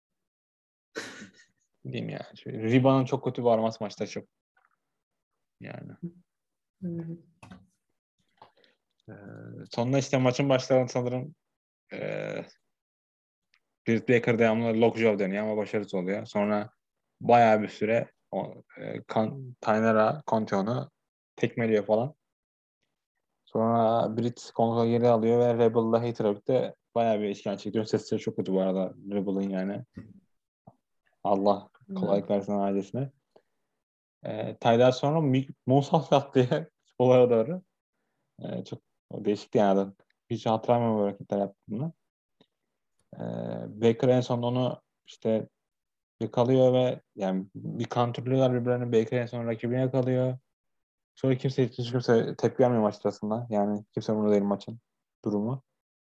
Ne diyeyim ya. Şöyle, Riba'nın çok kötü bağırması maçta çok. Yani. Hmm. Ee, sonra işte maçın başlarında sanırım ee, Britt Baker devamlı Lockjaw deniyor ama başarısız oluyor. Sonra bayağı bir süre o, e, kan, Taynara Conti tekmeliyor falan. Sonra Britt kontrolü geri alıyor ve Rebel'la Hater'la birlikte bayağı bir işkence çekiyor. Sesleri çok kötü bu arada Rebel'ın yani. Allah kolaylık versin ailesine. E, Tay'dan sonra büyük Moonsault yaptı futbollara doğru. E, çok değişikti yani. Hiç hatırlamıyorum böyle hareketler yaptığını. E, Baker en son onu işte yakalıyor ve yani bir counterlıyorlar birbirlerini. Baker en son rakibini yakalıyor. Sonra kimse hiç kimse tepki vermiyor maç sırasında. Yani kimse umurunda değil maçın durumu.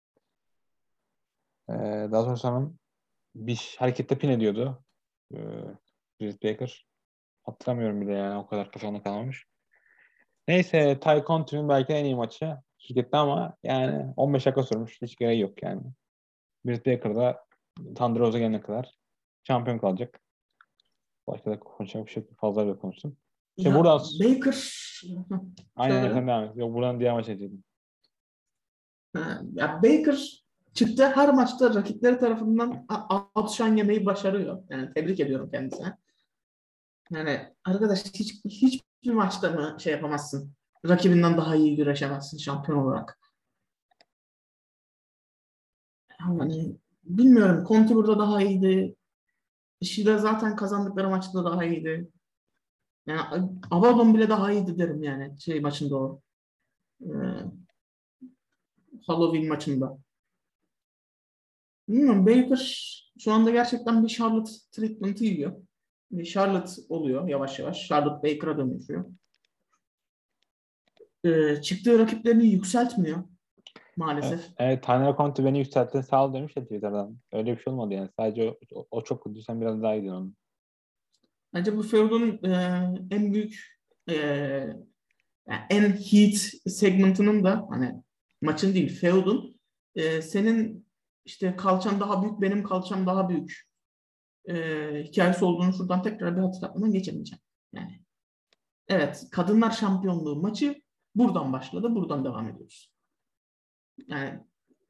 E, daha sonra sanırım bir harekette pin ediyordu. E, Britt Baker. Hatırlamıyorum bile yani o kadar kafamda kalmamış. Neyse Ty Conti'nin belki en iyi maçı şirkette ama yani on beş dakika sürmüş. Hiç gereği yok yani. Britt Baker'da Thunder Rose'a gelene kadar şampiyon kalacak. Başka da konuşacak bir şey yok. Fazla bir konuştum. İşte Ya buradan Baker aynen şöyle sen devam et. Yok buradan diğer maça geçelim. ha, ya Baker çıktığı her maçta rakipleri tarafından a- outshine yemeyi başarıyor. Yani tebrik ediyorum kendisine. Yani arkadaş hiç hiçbir maçta mı şey yapamazsın? Rakibinden daha iyi güreşemezsin şampiyon olarak. Yani bilmiyorum. Conti burada daha iyiydi. Shida zaten kazandıkları maçta daha iyiydi. Yani Abaddon bile daha iyiydi derim yani şey maçında o. Ee, Halloween maçında. Bilmiyorum. Baker şu anda gerçekten bir Charlotte treatment'ı yiyor. Bir Charlotte oluyor yavaş yavaş. Charlotte Baker'a dönüşüyor. Ee, çıktığı rakiplerini yükseltmiyor Evet, maalesef. evet Tanrı Conti beni yükseltti sağ ol demiş ya Twitter'dan. Öyle bir şey olmadı yani. Sadece o, o, o çok kötü. Sen biraz daha iyiydin onun. Bence bu feudun e, en büyük e, yani en heat segmentının da hani maçın değil feud'un e, senin işte kalçan daha büyük benim kalçam daha büyük e, hikayesi olduğunu şuradan tekrar bir hatırlatmadan geçemeyeceğim. Yani evet kadınlar şampiyonluğu maçı buradan başladı buradan devam ediyoruz. Yani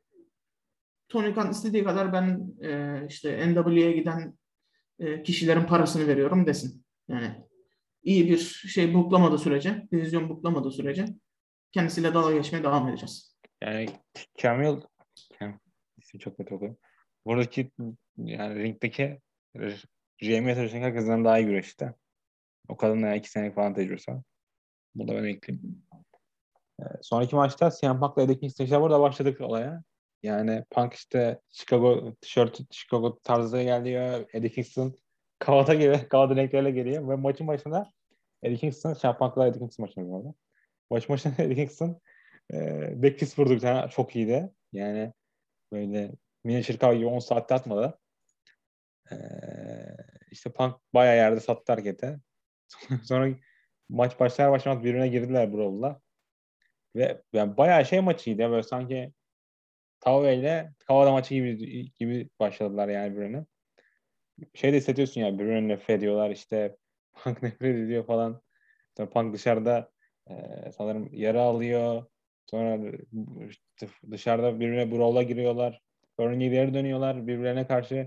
Tony Khan istediği kadar ben e, işte N W A'ye giden e, kişilerin parasını veriyorum desin. Yani iyi bir şey buklamadığı sürece, divizyon buklamadığı sürece kendisiyle dalga geçmeye devam edeceğiz. Yani Kamil Kam, ismi çok kötü oluyor. Buradaki yani ringdeki Jamie Taşı'nın herkesten daha iyi güreşti. O kadın da iki senelik falan tecrübesi var. Bu da ben ekleyeyim. Ee, sonraki maçta C M Punk'la Eddie Kingston işte burada başladık olaya. Yani Punk işte Chicago tişörtü Chicago tarzı geliyor. Eddie Kingston kavata gibi kavata renklerle geliyor. Ve maçın başında Eddie Kingston, C M Punk'la Eddie Kingston maçında bu arada. Maç başında Eddie Kingston e, backfist vurdu bir tane. Çok iyiydi. Yani böyle mini şırkav gibi on saatte atmadı. Ee, işte Punk bayağı yerde sattı harekete. Sonra maç başlar başlamaz birbirine girdiler Brawl'la. Ve yani bayağı şey maçıydı ya. Böyle sanki Tao ile Kavada maçı gibi gibi başladılar yani birbirine. Şey de hissediyorsun ya birbirine nefret ediyorlar işte Punk nefret ediyor falan. Sonra Punk dışarıda e, sanırım yara alıyor. Sonra işte dışarıda birbirine brawl'a giriyorlar. Sonra geri dönüyorlar birbirlerine karşı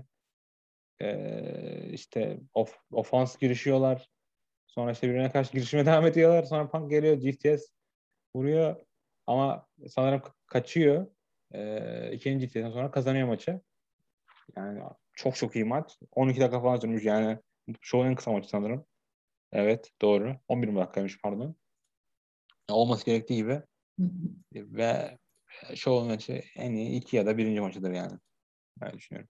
e, işte of, ofans girişiyorlar. Sonra işte birbirine karşı girişime devam ediyorlar. Sonra Punk geliyor G T S vuruyor ama sanırım kaçıyor. E, ikinci G T S'den sonra kazanıyor maçı. Yani çok çok iyi maç. on iki dakika falan sürmüş yani. Şovun en kısa maçı sanırım. Evet doğru. on bir dakikaymış pardon. Olması gerektiği gibi. Ve şovun maçı en iyi iki ya da birinci maçıdır yani. Ben düşünüyorum.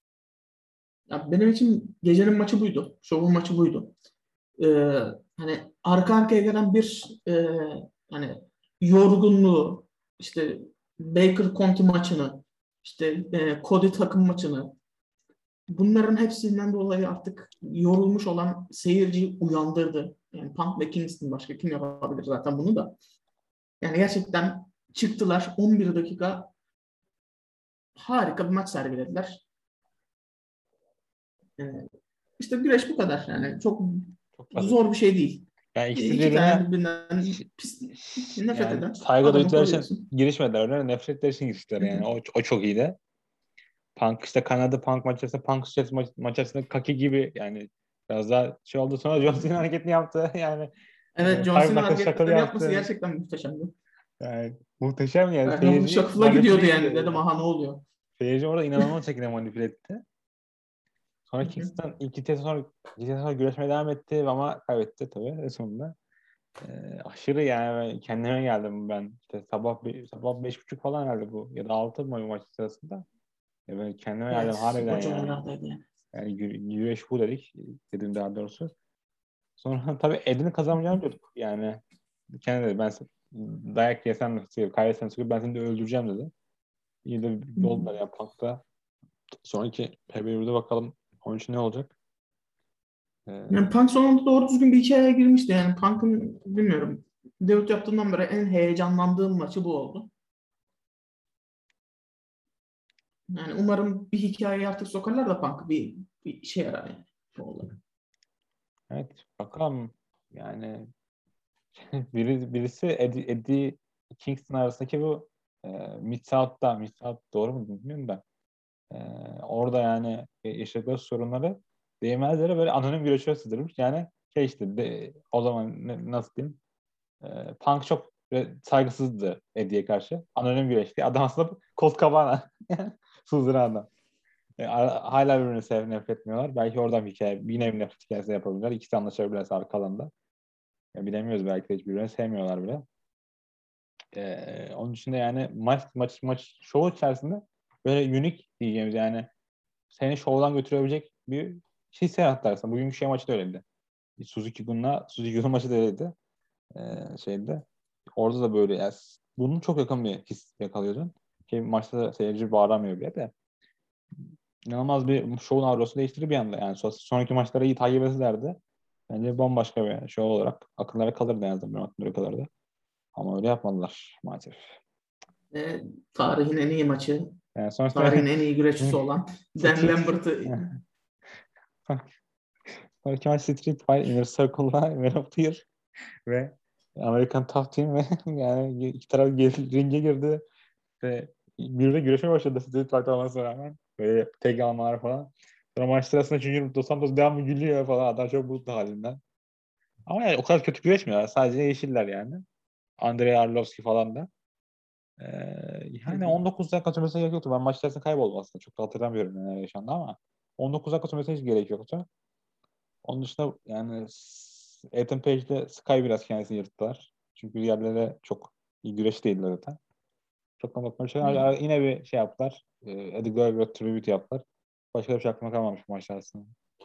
Ya benim için gecenin maçı buydu. Şovun maçı buydu. Ee, hani arka arkaya gelen bir e, hani yorgunluğu işte Baker Conti maçını işte e, Cody takım maçını bunların hepsinden dolayı artık yorulmuş olan seyirciyi uyandırdı. Yani Punk ve Kingston başka kim yapabilir zaten bunu da. Yani gerçekten çıktılar on bir dakika harika bir maç sergilediler. Yani işte güreş bu kadar. Yani çok Çok basit. zor bir şey değil. Yani ikisi İki tane birbirine birbirinden pis, nefret yani eden saygı adamı duydukları için koruyorsun. girişmediler. Öyle nefretleri için giriştiler Hı yani. hı. O, o çok iyiydi. Punk işte Kanada Punk maçı Punk maç, maç, maç arasında Kaki gibi yani biraz daha şey oldu sonra John Cena hareketini yaptı yani Evet, e, John Five Cena Knuckles şakalı hareketlerini yapması yaptı gerçekten muhteşemdi. yani muhteşem yani Yani seyirci şakıla manipüle gidiyordu yani. etti Dedim aha ne oluyor? seyirci orada inanılmaz şekilde manipüle etti Hı sonra hı. Kingston ilk gittiği sonra gittiği sonra güreşmeye devam etti ama kaybetti tabii sonunda e, aşırı yani ben kendime geldim ben işte sabah bir, sabah beş buçuk falan herhalde bu ya da altı mı maç sırasında ya ben kendime geldim Evet, harbiden o yani civarlardaydı yani. yani gü- güreş bu dedik dedim daha doğrusu. Sonra tabii Ed'in kazanacağını diyorduk. Yani kendi dedi ben se- dayak yesen de sıkıyor, kaybetsen sıkıyor, ben seni de öldüreceğim dedi. İyi de Hı hı. oldular ya Punk'ta. Sonraki pay-per-view'de bakalım onun için ne olacak. Ee, Yani Punk sonunda doğru düzgün bir hikayeye girmişti. Yani Punk'ın bilmiyorum debut yaptığından beri en heyecanlandığım maçı bu oldu. Yani umarım bir hikayeyi artık sokarlar da Punk'ı bir, bir işe yarar yani. Bu olay. evet bakalım yani biri, birisi Eddie, Eddie Kingston arasındaki bu e, Mid-South'ta Mid-South doğru mu bilmiyorum da e, orada yani yaşadıkları sorunları değmezlere böyle anonim güreşe sığdırmış. Yani şey işte de, o zaman ne- nasıl diyeyim E, Punk çok böyle saygısızdı Eddie'ye karşı. Anonim güreşti. Adam aslında Colt Cabana. Sızdıran adam. E, a- hala birbirini sev nefret etmiyorlar. Belki oradan bir hikaye, yine bir nefret hikayesi yapabilirler. İkisi anlaşabilirler arka alanda. Ya, bilemiyoruz belki de hiç birbirini sevmiyorlar bile. E, onun dışında yani maç maç maç şovu içerisinde böyle unik diyeceğimiz yani seni şovdan götürebilecek bir şey seyrettiler aslında. Bugünkü şey maçı da öyleydi. Suzuki Gun'la Suzuki Gun maçı da öyleydi. E, şeyde. Orada da böyle yani bunun çok yakın bir his yakalıyordun. Ki maçta da seyirci bağıramıyor bile de. İnanılmaz bir şovun aurası değiştirdi bir anda. Yani son- sonraki maçlara iyi takip ettilerdi. Bence bambaşka bir şey olarak akıllara kalırdı en azından akıllara kalırdı. Ama öyle yapmadılar maalesef. E, tarihin en iyi maçı, Yani sonuçta tarihin en iyi güreşçisi olan Dan Street Lambert'ı sonraki maç Street Fight Inner Circle'la Man of the Year ve American Top Team ve yani iki taraf gel- ringe girdi ve birbirine güreşmeye başladı Street Fight olmasına rağmen. Böyle tek almalar falan. Sonra maç sırasında Junior Dos Santos devamlı gülüyor falan. Adam çok mutlu halinden. Ama yani o kadar kötü güreşmiyor. Sadece yeşiller yani. Andrei Arlovski falan da. Ee, yani on dokuz dakika sürmesine gerek yoktu. Ben maç içerisinde kayboldum aslında. Çok da hatırlamıyorum neler yaşandı ama on dokuz dakika sürmesine hiç gerek yoktu. Onun dışında yani Ethan Page'de Sky biraz kendisini yırttılar. Çünkü diğerleri çok iyi güreş değiller zaten. Çok anlatma bir şey. Ama yine bir şey yaptılar. Ee, Eddie Guerrero tribute yaptılar. Başka bir şey aklıma kalmamış bu maç aslında.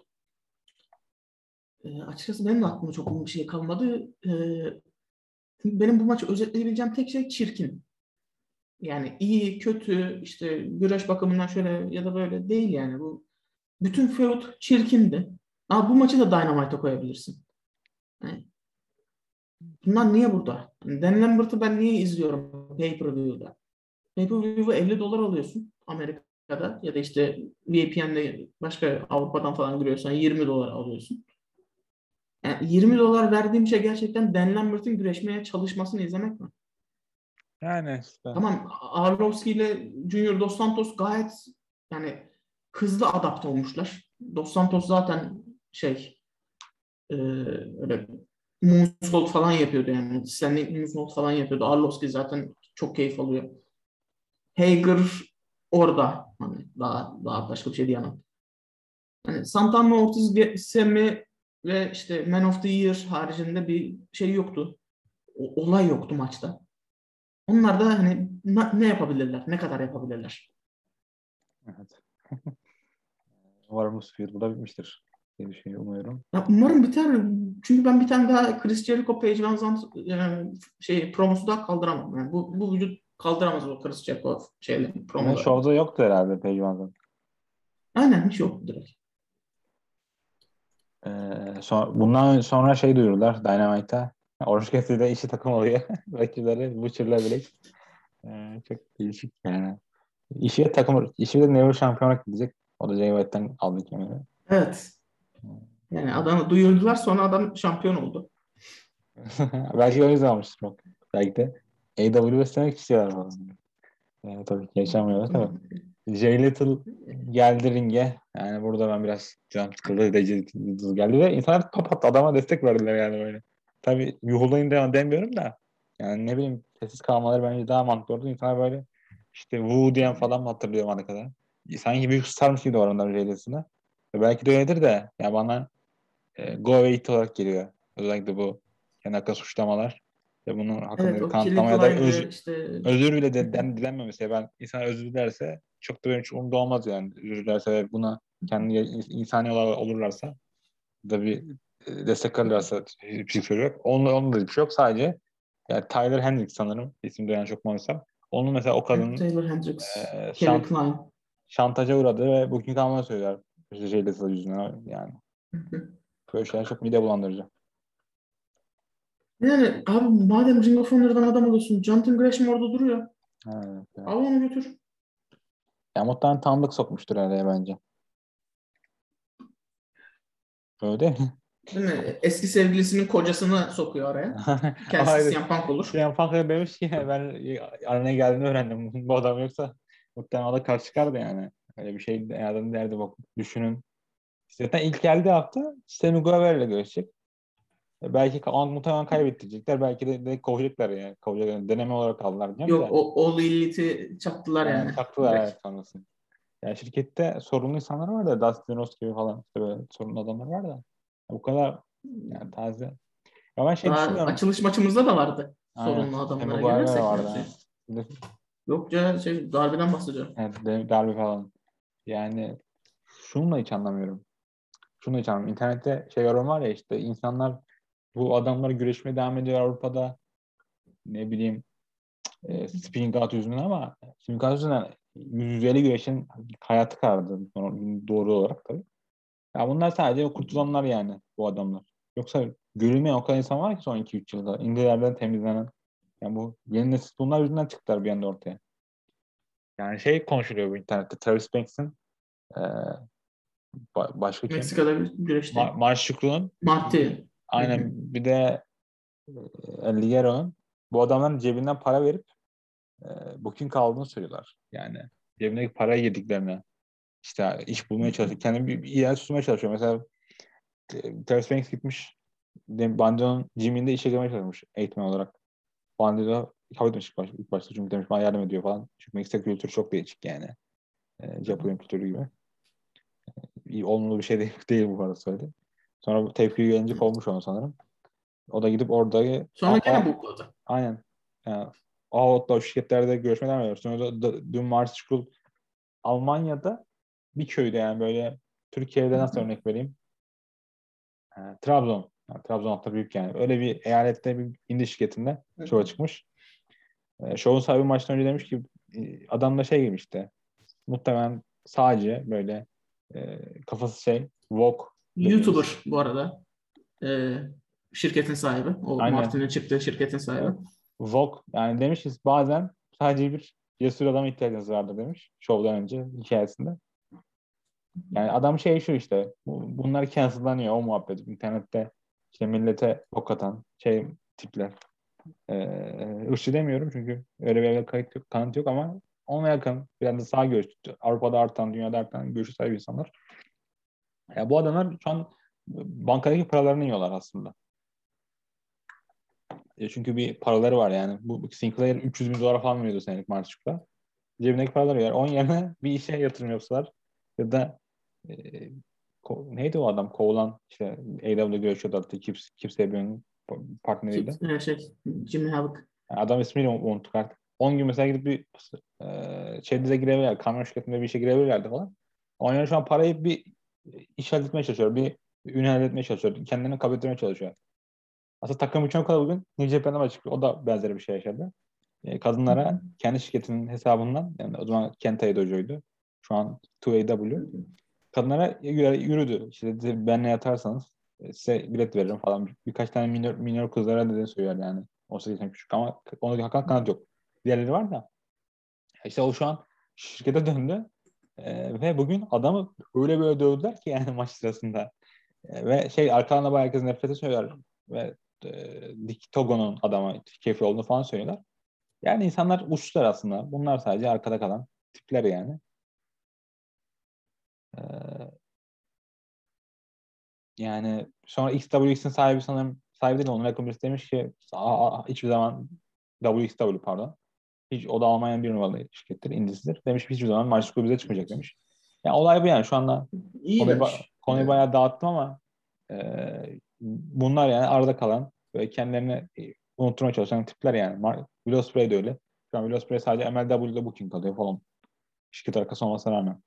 E, açıkçası benim de aklımda çok bir şey kalmadı. E, benim bu maçı özetleyebileceğim tek şey çirkin. Yani iyi, kötü, işte güreş bakımından şöyle ya da böyle değil yani. Bu bütün feud çirkindi. Ama bu maçı da Dynamite'a koyabilirsin. Yani bunlar niye burada? Yani Dan Lambert'ı ben niye izliyorum pay-per-view'da? Pay-per-view'u elli dolar alıyorsun Amerika'da ya da işte V P N'de başka Avrupa'dan falan giriyorsan yirmi dolar alıyorsun. Yani yirmi dolar verdiğim şey gerçekten Dan Lambert'ın güreşmeye çalışmasını izlemek mi? Yani işte. Tamam, Arlovski ile Junior Dos Santos gayet yani hızlı adapte olmuşlar. Dos Santos zaten şey e, öyle moonsault falan yapıyordu yani. Standing moonsault falan yapıyordu. Arlovski zaten çok keyif alıyor. Hager orada. Hani daha daha başka bir şey diyemem. Hani Santana Ortiz, Semi ve işte Man of the Year haricinde bir şey yoktu. O- olay yoktu maçta. Onlar da hani na- ne yapabilirler? Ne kadar yapabilirler? Evet. Umarım bu feud burada bitmiştir diye düşünüyorum, umuyorum. Ya umarım biter. Çünkü ben bir tane daha Chris Jericho Page Van Zandt e, şey promosu daha kaldıramam. Yani bu, bu vücut kaldıramaz o Chris Jericho şeylerini, Ama promolarını. şovda yoktu herhalde Pejman'dan. Aynen hiç yok direkt. Ee, son, bundan sonra şey duyurdular Dynamite'ta. Orange Cassidy'de işi takım oluyor. Rakipleri Butcher'la Blake. Ee, çok değişik yani. İşi takım, işi de Never şampiyonluk gidecek. O da Jay White'den aldı kemeri. Evet. Yani adamı duyurdular sonra adam şampiyon oldu. Belki o yüzden almıştır bak. Belki de A E W beslemek istiyorlar falan. Yani tabii ki yaşamıyorlar tabii. Jay Little geldi ringe. Yani burada ben biraz can sıkıldı. Jay Little geldi ve insanlar kapattı. Adama destek verdiler yani böyle. Tabii yuhlayın devam demiyorum da. Yani ne bileyim sessiz kalmaları bence daha mantıklı oldu. İnsanlar böyle işte Wu diyen falan mı hatırlıyorum ana kadar. Sanki büyük starmış gibi davranırlar Jay Little'ına. Ve belki de öyledir de. Ya bana e, go away it olarak geliyor. Özellikle bu kendi hakkında suçlamalar. Ve bunun hakkında Evet bir o Killy kanıtlama ya da Klein öz, ve işte özür bile de, den, dilenmemesi. Ben insan özür dilerse çok da benim için umurumda olmaz yani. Özür dilerse ve buna kendi insani olarak olurlarsa da bir e, destek alırlarsa hiçbir şey yok. Onunla, onunla da bir şey yok. Sadece yani Tyler Hendricks sanırım. İsim duyan çok malısam. Onun mesela o kadının Taylor Hendricks, e, Kelly şant, Klein. şantaja uğradı ve booking almayı söylüyorlar. İşte şeyle yüzünden yani. Böyle şeyler çok mide bulandırıcı. Yani abi madem Ring of Honor'dan adam alıyorsun, Jonathan Gresham orada duruyor. Evet, evet. Al onu götür. Ya muhtemelen tanıdık sokmuştur araya bence. Öyle değil mi? Değil mi? Eski sevgilisinin kocasını sokuyor araya. Kendisi Hayır. C M Punk olur. C M Punk demiş ki ben aranaya geldiğini öğrendim. Bu adam yoksa muhtemelen o da karşı çıkardı yani. Öyle bir şey adam derdi bak düşünün. Zaten ilk geldiği hafta Sammy Guevara'yla görüşecek. E, Belki ka- muhtemelen kaybettirecekler. Belki de, de kovacaklar yani. Kovacaklar. Yani deneme olarak aldılar diyeceğim Yok de. o All Elite'i çaktılar Yani yani çaktılar direkt. evet sonrası. Yani şirkette sorunlu insanlar var da Dustin Rhodes gibi falan işte böyle sorunlu adamlar var da. Bu kadar yani taze. Ya ben şey Daha düşünmüyorum. açılış maçımızda da vardı. Aynen. Sorunlu Sammy adamlara Guevara gelirsek vardı. mevzuya. Ha. Bir de- Yok ya şey darbeden bahsediyorum. Evet, de- darbe falan. Yani şunu da hiç anlamıyorum. Şunu da hiç anlamıyorum. İnternette şey yorum var ya işte insanlar bu adamlar güreşmeye devam ediyor Avrupa'da. Ne bileyim e, spinning out yüzünden ama spinning out yüzünden yüz yüzeyle güreşin hayatı karardı. Doğru olarak tabii. Ya bunlar sadece kurtulanlar yani bu adamlar. Yoksa görülmeyen o kadar insan var ki son iki üç yılda. İngilizlerden temizlenen. Yani bu yeni nesil bunlar yüzünden çıktılar bir anda ortaya. Yani şey konuşuluyor bu internette. Travis Banks'in e, ba- başka kim? Meksika'da bir Ma güreşte. Marş Şükrü'nün Marty. Hı hı. aynen bir de e, Ligero'nun bu adamların cebinden para verip e, booking aldığını söylüyorlar. Yani cebindeki parayı yediklerini işte iş bulmaya çalışıyor. Kendini bir, bir yer tutmaya çalışıyor. Mesela e, Travis Banks gitmiş Bandido'nun gym'inde işe girmeye çalışmış eğitmen olarak. Bandido kabul etmiş ilk başta, ilk başta çünkü demiş bana yardım ediyor falan. Çünkü Meksika kültürü çok değişik yani. E, Japon kültürü gibi. İyi, olumlu bir şey değil, değil bu arada söyledi. Sonra bu tepki gelince kovmuş onu sanırım. O da gidip orada Sonra a, gene a, bukladı. aynen yani, Outlaw şirketlerde görüşmeler var. Sonra da, da dün Mars School Almanya'da bir köyde yani böyle Türkiye'de nasıl örnek vereyim? E, Trabzon. Yani Trabzon hatta büyük yani. Öyle bir eyalette bir hindi şirketinde şova çıkmış. E, şovun sahibi maçtan önce demiş ki e, adam da şey girmişti. Muhtemelen sadece böyle e, kafası şey Vogue YouTuber dediğimiz bu arada. Ee, şirketin sahibi. O aynen Martin'in çıktığı şirketin sahibi. evet, Vogue yani demiş ki bazen sadece bir cesur adama ihtiyacınız vardır demiş şovdan önce hikayesinde. Yani adam şey şu işte bu- bunlar cancellanıyor o muhabbet internette işte millete ok atan şey tipler. Ee, ırkçı demiyorum çünkü öyle bir öyle kayıt yok, kanıt yok ama ona yakın biraz da sağ görüşlü Avrupa'da artan dünyada artan görüşü sahibi insanlar. Ya bu adamlar şu an bankadaki paralarını yiyorlar aslında. E çünkü bir paraları var yani. Bu Sinclair üç yüz bin dolar falan veriyordu senelik Marçuk'ta. Cebindeki paraları yer. Onun yerine bir işe yatırım yapsalar ya da e, ko- neydi o adam? Kovulan işte A E W'de görüşüyordu hatta Kips, Kips Sabian'ın partneriydi. Kit, e, şey, Jimmy Havoc. Yani adam ismiyle unuttuk artık. on gün mesela gidip bir e, şeyde de girebilirler. Kamyon şirketinde bir işe girebilirlerdi falan. Onun yerine şu an parayı bir iş elde etmeye çalışıyor. Bir ün elde etmeye çalışıyor. Kendini kabul etmeye çalışıyor. Aslında takım için o kadar bugün New Japan'a açık. O da benzeri bir şey yaşadı. E, Hı kadınlara hı. kendi şirketinin hesabından yani o zaman Kentay Dojo'ydu. Şu an iki A W. Hı hı. Kadınlara yürü- yürüdü. İşte dedi, benle yatarsanız e, size bilet veririm falan. Bir- Birkaç tane minor, minor kızlara dedi söylüyor yani. on sekiz yaşından küçük ama onda hakan kanat yok. Diğerleri var da. İşte o şu an şirkete döndü. E, ve bugün adamı öyle böyle dövdüler ki yani maç sırasında. E, ve şey arkalarında bayağı herkes nefrete söylüyor. Ve e, Dick Togo'nun adama keyfi olduğunu falan söylüyorlar. Yani insanlar uçtular aslında. Bunlar sadece arkada kalan tipler yani. Ee, yani sonra X W X'in sahibi sanırım sahibi değil onun yakın birisi demiş ki "Aa, aa, hiçbir zaman W X W pardon. Hiç, o da Almanya'nın bir numaralı şirkettir, indisidir. Demiş hiçbir zaman Marsco bize çıkmayacak demiş. Yani olay bu yani şu anda İyi konuyu, ba- demiş. konuyu Yani. bayağı dağıttım ama e, bunlar yani arada kalan böyle kendilerini e, unutturmaya çalışan tipler yani. Mar- Will Ospreay de öyle. Şu an Will Ospreay sadece M L W'de booking alıyor falan. Şirket arkası olmasına rağmen.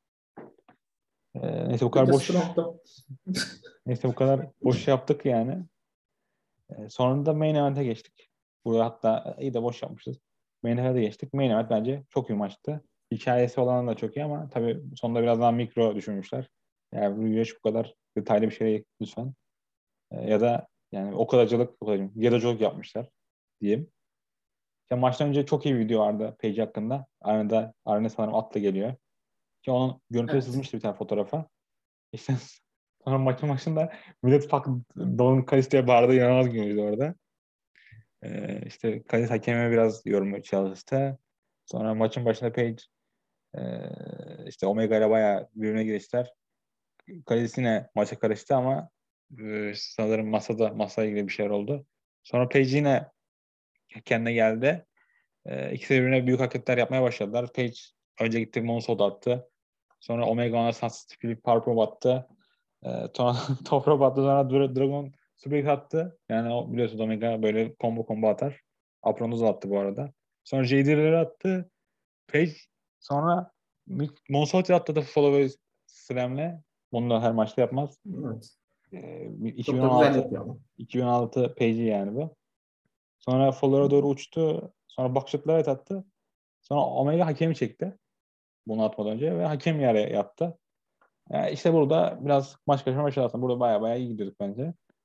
Ee, neyse bu Bir kadar de boş Strong'da. neyse bu kadar boş yaptık yani. Ee, sonra da main event'e geçtik. Burada hatta iyi de boş yapmışız. Main event'e geçtik. Main event bence çok iyi maçtı. Hikayesi olan da çok iyi ama tabii sonunda biraz daha mikro düşünmüşler. Yani bu güreş bu kadar detaylı bir şey değil lütfen. Ee, ya da yani o kadarcılık, o kadarcılık, yarıcılık yapmışlar diyeyim. İşte maçtan önce çok iyi bir video vardı Page hakkında. Arenada, arena sanırım atla geliyor. Ki onun görüntüleri Evet. sızmıştı bir tane fotoğrafa. İşte sonra maçın başında millet fuck Don Kalis diye bağırdı. İnanılmaz gülüyordu orada. Ee, işte Kalis hakeme biraz yorum çalıştı. Sonra maçın başında Page e, işte Omega ile bayağı birbirine giriştiler. Kalis yine maça karıştı ama e, sanırım masada masayla ilgili bir şeyler oldu. Sonra Page yine kendine geldi. E, ikisi birbirine büyük hareketler yapmaya başladılar. Page önce gitti moonsault attı. Sonra Omega ona Sunset Flip Power Bomb attı. Ee, sonra top rope attı sonra Dra- Dragon Suplex attı. Yani o biliyorsunuz Omega böyle combo combo atar. Apron'u attı bu arada. Sonra J D'leri attı. Page sonra Monsault attı da follow slam'le. Bunu da her maçta yapmaz. Evet. Ee, Çok da güzel iki bin on altı yapıyor ama. iki bin on altı Page'i yani bu. Sonra follow'a doğru uçtu. Sonra bakışıklara attı. Sonra Omega hakemi çekti. Bunu atmadan önce ve hakem yere yattı. Yani işte burada biraz maç kaçırma başladı aslında. Burada baya baya iyi gidiyorduk bence.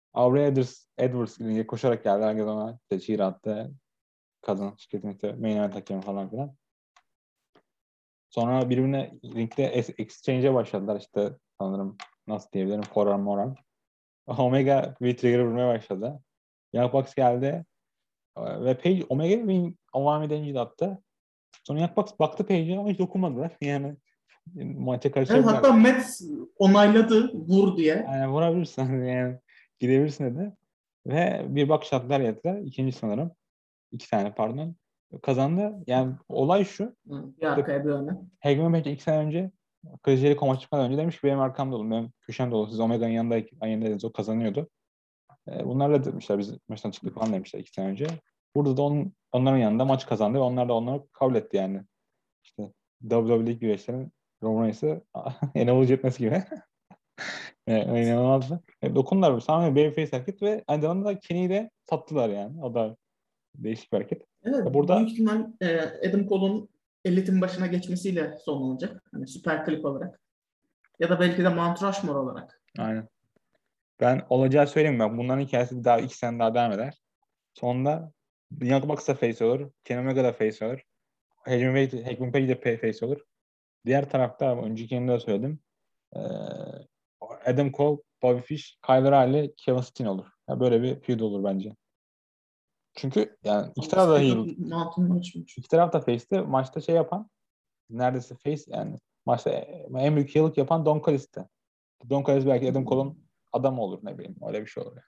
Aubrey Edwards, Edwards ringe koşarak geldi. Herkes ona işte cheer attı. Kadın şirketin işte main event hakemi falan filan. Sonra birbirine ringde exchange'e başladılar işte sanırım nasıl diyebilirim forearm moral. Omega bir trigger vurmaya başladı. Young Bucks geldi ve Page Omega bir Omami Denci attı. Sonra Young Bucks baktı Page'e ama hiç dokunmadılar. Yani maça Evet, karışabilirler. hatta Matt onayladı vur diye. Yani vurabilirsin yani gidebilirsin dedi. Ve bir bakış attılar yediler. İkinci sanırım. İki tane pardon. Kazandı. Yani olay şu. Hı, bir İşte arkaya bir öne. Hagman Page iki sene önce Chris Jericho maç çıkmadan önce demiş ki benim arkamda olun. Benim köşem dolu. Siz Omega'nın yanında, yanındaydınız. O kazanıyordu. E, bunlar da demişler biz maçtan çıktık falan demişler iki sene önce. Burada da onun, onların yanında maç kazandı ve onlar da onları kabul etti yani. İşte W W E güreşlerin Roman Reigns'e ele avucu etmesi gibi. e, inanılmazdı. E, dokundular. Sami Babyface hareket ve aynı zamanda Kenny'yi de sattılar yani. O da değişik bir hareket. Evet, E, büyük burada ihtimal e, Adam Cole'un elitin başına geçmesiyle sonlanacak. Hani süper klip olarak. Ya da belki de Mount Rushmore olarak. aynen. Ben olacağı söyleyeyim ben. Bunların hikayesi daha iki sene daha devam eder. Sonunda Young Bucks da face olur. Kenny Omega da face olur. Hagman Page, Hagman Page de face olur. Diğer tarafta önceki yayında da söyledim. Ee, Adam Cole, Bobby Fish, Kyle O'Reilly, Kevin Steen olur. Ya böyle bir feud olur bence. Çünkü yani iki Ama taraf da State of heel. Mountain açmış. İki taraf da face'ti. Maçta şey yapan neredeyse face yani maçta en büyük heel'lık yapan Don Callis'ti. Don Callis belki Adam Cole'un adamı olur ne bileyim. Öyle bir şey olur.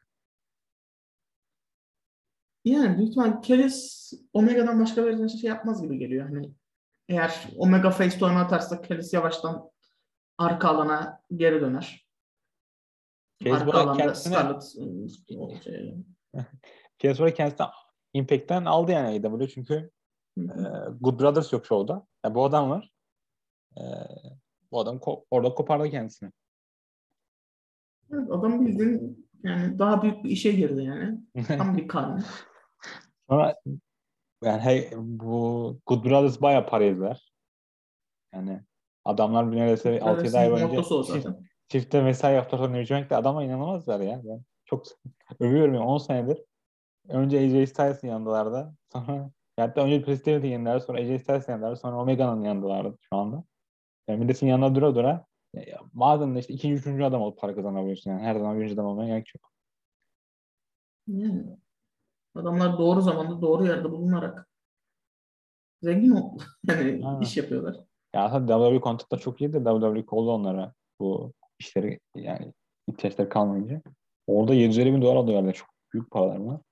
Yani büyük ihtimal Kellis Omega'dan başka bir şey yapmaz gibi geliyor. Hani eğer Omega Face turnu atarsa Kellis yavaştan arka alana geri döner. Callis bu Arka arada alanda kendisine Scarlett ıı, o şey. Callis bu arada kendisine Impact'ten aldı yani A E W çünkü Hı e, hı. Good Brothers yok şovda. Yani bu adam var. E, bu adam ko- orada kopardı kendisini. Evet, adam bildiğin yani daha büyük bir işe girdi yani. Tam bir kan. Sonra yani hey, bu Good Brothers bayağı para yediler. Yani adamlar bir neredeyse altı yedi ay Brothers'ın boyunca mottosu o çift, zaten. çifte mesai yaptılar. Sonra New Jack'te adama inanılmazlar ya. Ben çok övüyorum ya on senedir. Önce A J Styles'ın yanındalardı. Sonra hatta önce Preston'ın yanındalardı. Sonra A J Styles'ın yanındalardı. Sonra Omega'nın yanındalardı şu anda. Yani milletin yanına dura dura ya, ya, bazen de işte ikinci, üçüncü adam olup para kazanabiliyorsun. Yani her zaman birinci adam olmaya gerek yok. Yani adamlar doğru zamanda doğru yerde bulunarak zengin oldu. Yani Ha. iş yapıyorlar. Ya aslında W W E kontratlar çok iyi de W W E koldu onlara bu işleri yani ihtiyaçları kalmayınca. Orada yedi yüz elli bin dolar alıyorlar. Çok büyük paralar mı?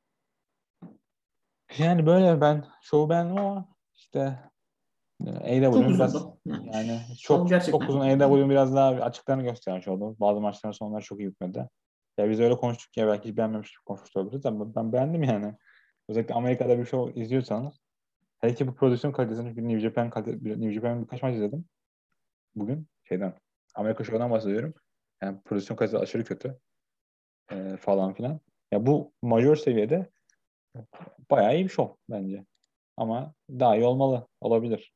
Yani böyle ben şovu beğendim ama işte Çok A E W'nin biraz uzundu. Yani yani şov çok çok gerçekten uzun çok uzundu. A E W'nin biraz daha açıklarını göstermiş oldu. Bazı maçların sonları çok iyi bitmedi. Ya biz öyle konuştuk ya belki hiç beğenmemiş gibi konuşmuş olabiliriz ama ben beğendim yani. Özellikle Amerika'da bir show izliyorsanız hele ki bu prodüksiyon kalitesini bir New Japan kalite, bir New Japan birkaç maç izledim bugün şeyden. Amerika Show'dan bahsediyorum. Yani prodüksiyon kalitesi aşırı kötü e, falan filan. Ya bu majör seviyede bayağı iyi bir show bence. Ama daha iyi olmalı. Olabilir.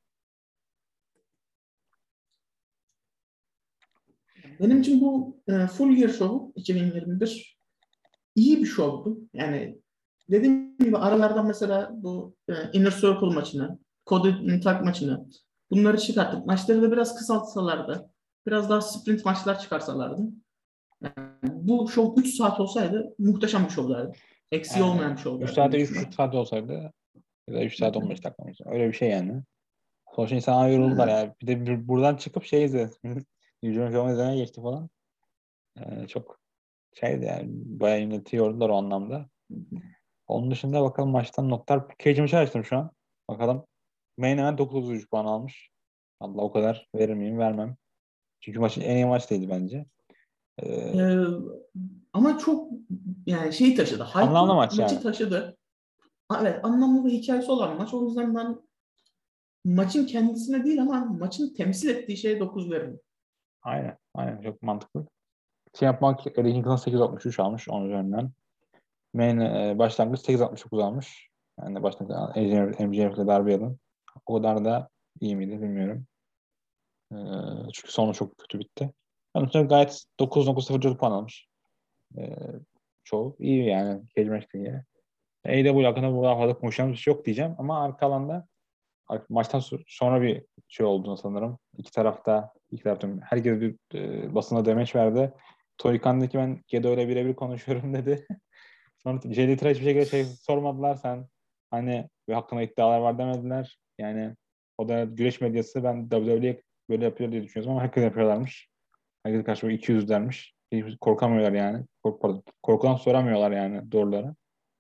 Benim için bu e, Full Gear Show'u iki bin yirmi bir iyi bir şovdu. Yani dediğim gibi aralardan mesela bu e, Inner Circle maçını, Cody Tag maçını bunları çıkartıp maçları da biraz kısaltsalardı, biraz daha sprint maçlar çıkarsalardı. Yani bu show üç saat olsaydı muhteşem bir şovlardı. Eksiği Yani olmayan bir üç şovlardı saate büyük üç ihtimal. buçuk saat olsaydı ya da üç Hı saat hı. on beş dakika olsaydı. Öyle bir şey yani. Sonuçta insanlar yoruldular Yani, yani. Bir de bir- buradan çıkıp şey izledim. Yüzme falan izlemeye geçti falan. Ee, çok şeydi yani. Bayağı milleti yordular o anlamda. Onun dışında bakalım maçtan notlar. Cage maçı açtım şu an. Bakalım. Main event dokuz yüz üç puan almış. Allah o kadar verir miyim? Vermem. Çünkü maçın en iyi maç değildi bence. Ee, e, ama çok yani şey taşıdı. anlamlı Hype'ı maç maçı yani. taşıdı. Ha, evet, anlamlı bir hikayesi olan maç. O yüzden ben maçın kendisine değil ama maçın temsil ettiği şeye dokuz veririm. Aynen. Aynen. Çok mantıklı. Şey yapmak Eddie Kingston sekiz virgül altmış üç almış on üzerinden. Main e, başlangıç sekiz virgül altmış dokuz almış. Yani başlangıç M J F ile Darby Allin. O kadar da iyi miydi bilmiyorum. E, çünkü sonu çok kötü bitti. Yani sonra gayet dokuz virgül sıfır puan almış. E, çoğu iyi yani. Cage match değil. A E W hakkında bu daha fazla konuşacağımız bir şey yok diyeceğim ama arka alanda maçtan sonra bir şey olduğunu sanırım. İki tarafta, iki tarafta herkes bir e, basına demeç verdi. Tony Khan dedi ki ben Gedo ile birebir konuşuyorum dedi. Sonra J D hiçbir şekilde şey sormadılar sen. Hani bir hakkında iddialar var demediler. Yani o da güreş medyası ben W W E böyle yapıyor diye düşünüyorum ama herkes yapıyorlarmış. Herkes karşı iki yüzlermiş. Hiç korkamıyorlar yani. Kork, pardon, korkudan soramıyorlar yani doğruları.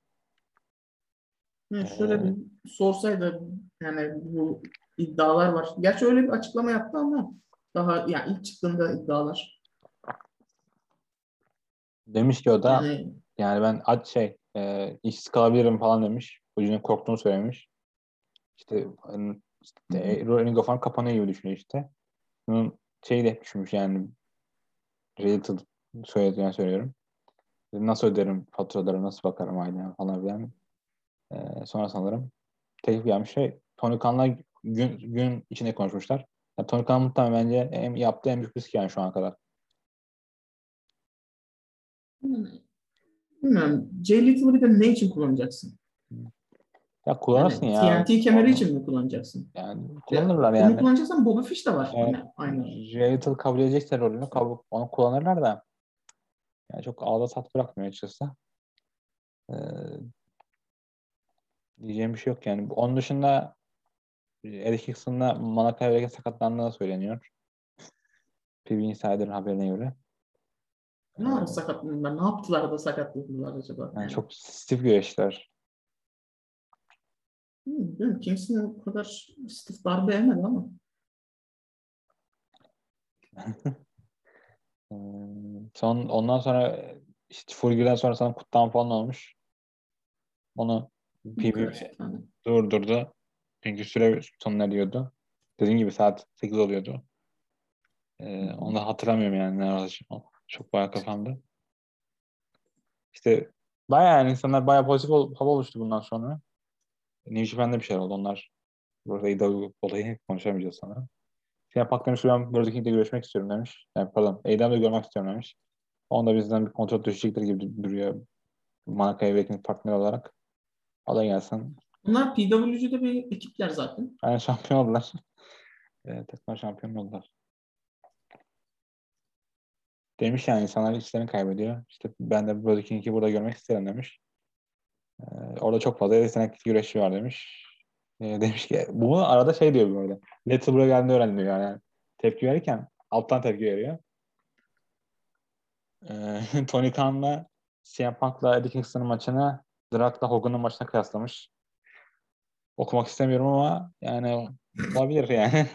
Yani şöyle Ee, bir sorsaydı yani bu iddialar var. Gerçi öyle bir açıklama yaptı ama daha yani ilk çıktığında iddialar. Demiş ki o da Yani yani ben ad şey e, işsiz kalabilirim falan demiş. O yüzden korktuğunu söylemiş. İşte, hani, hı hı. işte Ring of Honor kapanıyor gibi düşünüyor işte. Bunun şeyi de düşünmüş yani related söylediğini söylüyorum. Nasıl öderim faturaları, nasıl bakarım aileme falan filan. Ee, sonra sanırım teklif gelmiş şey Tony Khan'la gün, gün içinde konuşmuşlar. Yani Tony Khan muhtemelen bence en, yaptığı en büyük risk yani şu ana kadar. Yani bilmiyorum. J Little'ı bir de ne için kullanacaksın? Ya kullanırsın Yani ya. T N T kemeri Onu, için mi kullanacaksın? yani Ya, kullanırlar onu yani. kullanacaksan Bobby Fish de var. Eğer Hani aynı. Jericho kabul edecekse rolünü kabul, onu kullanırlar da yani çok ağda tat bırakmıyor açıkçası. Ee, diyeceğim bir şey yok yani. Onun dışında Erik Hickson'la Manakay Vega sakatlandığı söyleniyor. P B Insider'ın haberine göre. Ne ara Ee, sakatlandılar? Ne yaptılar da sakatlandılar acaba? yani Yani çok stif güreşler. hmm, değil mi? Kingston o kadar stiff darbe yemedi ama. Ee, son ondan sonra işte Fury'den sonra sana kutlama falan olmuş. Onu Yok P B B gerçekten. durdurdu. Çünkü süre sonuna diyordu. Dediğim gibi saat sekiz oluyordu. Hı Ee, hı. onu da hatırlamıyorum yani. Ne var. Çok bayağı kafamda. İşte bayağı yani insanlar bayağı pozitif ol- hava oluştu bundan sonra. New Japan'da bir şeyler oldu. Onlar burada A E W olayı konuşamayacağız sanırım. Siyah Pak demiş ben Burger King'de görüşmek istiyorum demiş. Yani pardon A E W'de görmek istiyorum demiş. Onda bizden bir kontrol düşecektir gibi duruyor. Marka Evet'in partner olarak. O da gelsin. Bunlar P W G'de bir ekipler zaten. Yani şampiyon oldular. E, tekrar şampiyon oldular. Demiş yani insanlar işlerini kaybediyor. İşte ben de Burger King'i burada görmek isterim demiş. E, orada çok fazla yetenekli güreşçi var demiş. E, demiş ki bunu arada şey diyor böyle. Let's buraya geldiğinde öğrendim diyor yani. Tepki verirken alttan tepki veriyor. E, Tony Khan'la C M Punk'la Eddie Kingston'ın maçını Drak'la Hogan'ın maçına kıyaslamış. Okumak istemiyorum ama yani olabilir yani.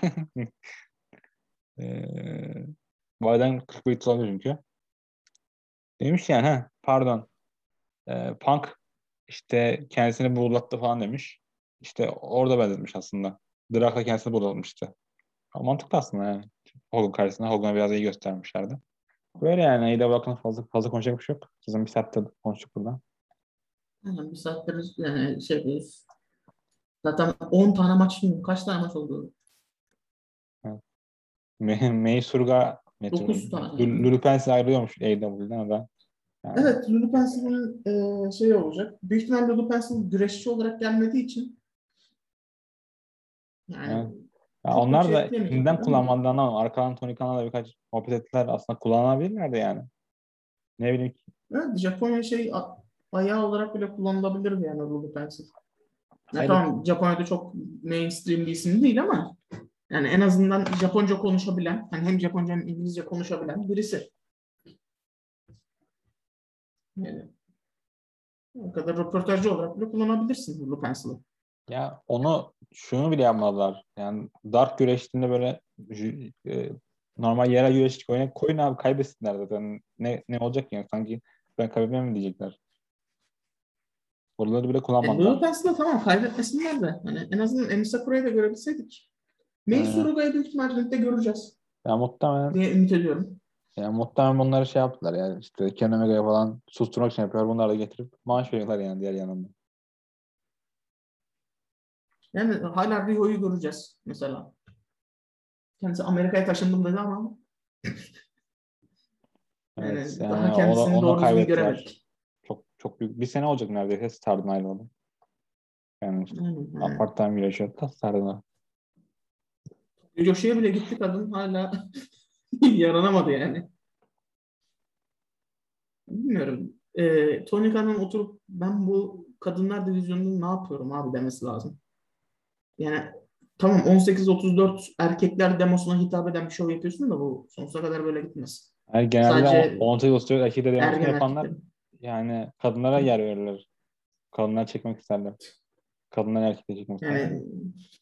e, bu aydan kırk bir olabilir çünkü. Demiş yani ha pardon. E, Punk işte kendisini buğulattı falan demiş. İşte orada benzetmiş aslında. Drak'la kendisini buğulatmıştı. Mantıklı aslında yani. Hogan karşısında Hogan'a biraz iyi göstermişlerdi. Böyle yani A E W hakkında fazla fazla konuşacak bir şey yok. Sizin bir saatte konuştuk burada. Yani bir saattir yani şeydeyiz. Zaten on tane maç mı? Kaç tane maç oldu? Evet. Me Mei Surga Dokuz tane yani. Lulu Pence ayrılıyormuş A E W'den o da. Yani, Evet, Lulu Pencil'in e, şey olacak. Büyük ihtimalle Lulu Pencil güreşçi olarak gelmediği için evet. yani Ya çok da bir onlar şey da ekleyemeyecekler kimden ama kullanmadığını anlamadım. Arkadan Tony Khan'la da birkaç muhabbet ettiler. Aslında kullanabilirlerdi yani. Ne bileyim. evet, Japonya şey a- ayağı olarak bile kullanılabilirdi yani Lulu Pencil. Ya Hayır, tamam Japonya'da çok mainstream bir isim değil ama yani en azından Japonca konuşabilen, yani hem Japonca hem İngilizce konuşabilen birisi. Yani o kadar röportajcı olarak bile kullanabilirsin Lulu Pencil'ı. ya onu şunu bile yapmadılar. Yani dark güreştiğinde böyle jü- e, normal yerel güreşlik oyuna koyun abi kaybetsinler zaten. Ne, ne olacak yani sanki ben kaybetmem mi diyecekler. Buraları bile E, Lulu kullanmadılar. Pencil'ı tamam kaybetmesinler de hani en azından Emi Sakura'yı da görebilseydik. Mei Ee, Suruga'yı büyük ihtimalle ringde göreceğiz ya muhtemelen diye ümit ediyorum. ya muhtemelen bunları şey yaptılar yani işte Kenny Omega'ya falan susturmak için yapıyor. Bunları da getirip maaş veriyorlar yani diğer yanında. Yani hala Rio'yu göreceğiz mesela. Kendisi Amerika'ya taşındım dedi ama Evet yani yani daha onu, kendisini onu doğru düzgün kaybettiler. göremedik. Çok büyük. Bir sene olacak neredeyse Star'dan ayrıldı. Yani işte, Yani, yani. apartman güreşiyordu da Star'dan. Joshua bile gitti, kadın hala yaranamadı yani. Bilmiyorum. Ee, Tony Khan'ın oturup ben bu kadınlar divizyonunda ne yapıyorum abi demesi lazım. Yani tamam, on sekiz otuz dört erkekler demosuna hitap eden bir show yapıyorsun da bu sonsuza kadar böyle gitmez. Yani genelde Sadece on sekiz otuz erkekler demosunu ergen yapanlar erkekler. yani kadınlara yer verirler. Kadınlar çekmek isterler. Kadınlar erkekler çekmek isterler. Yani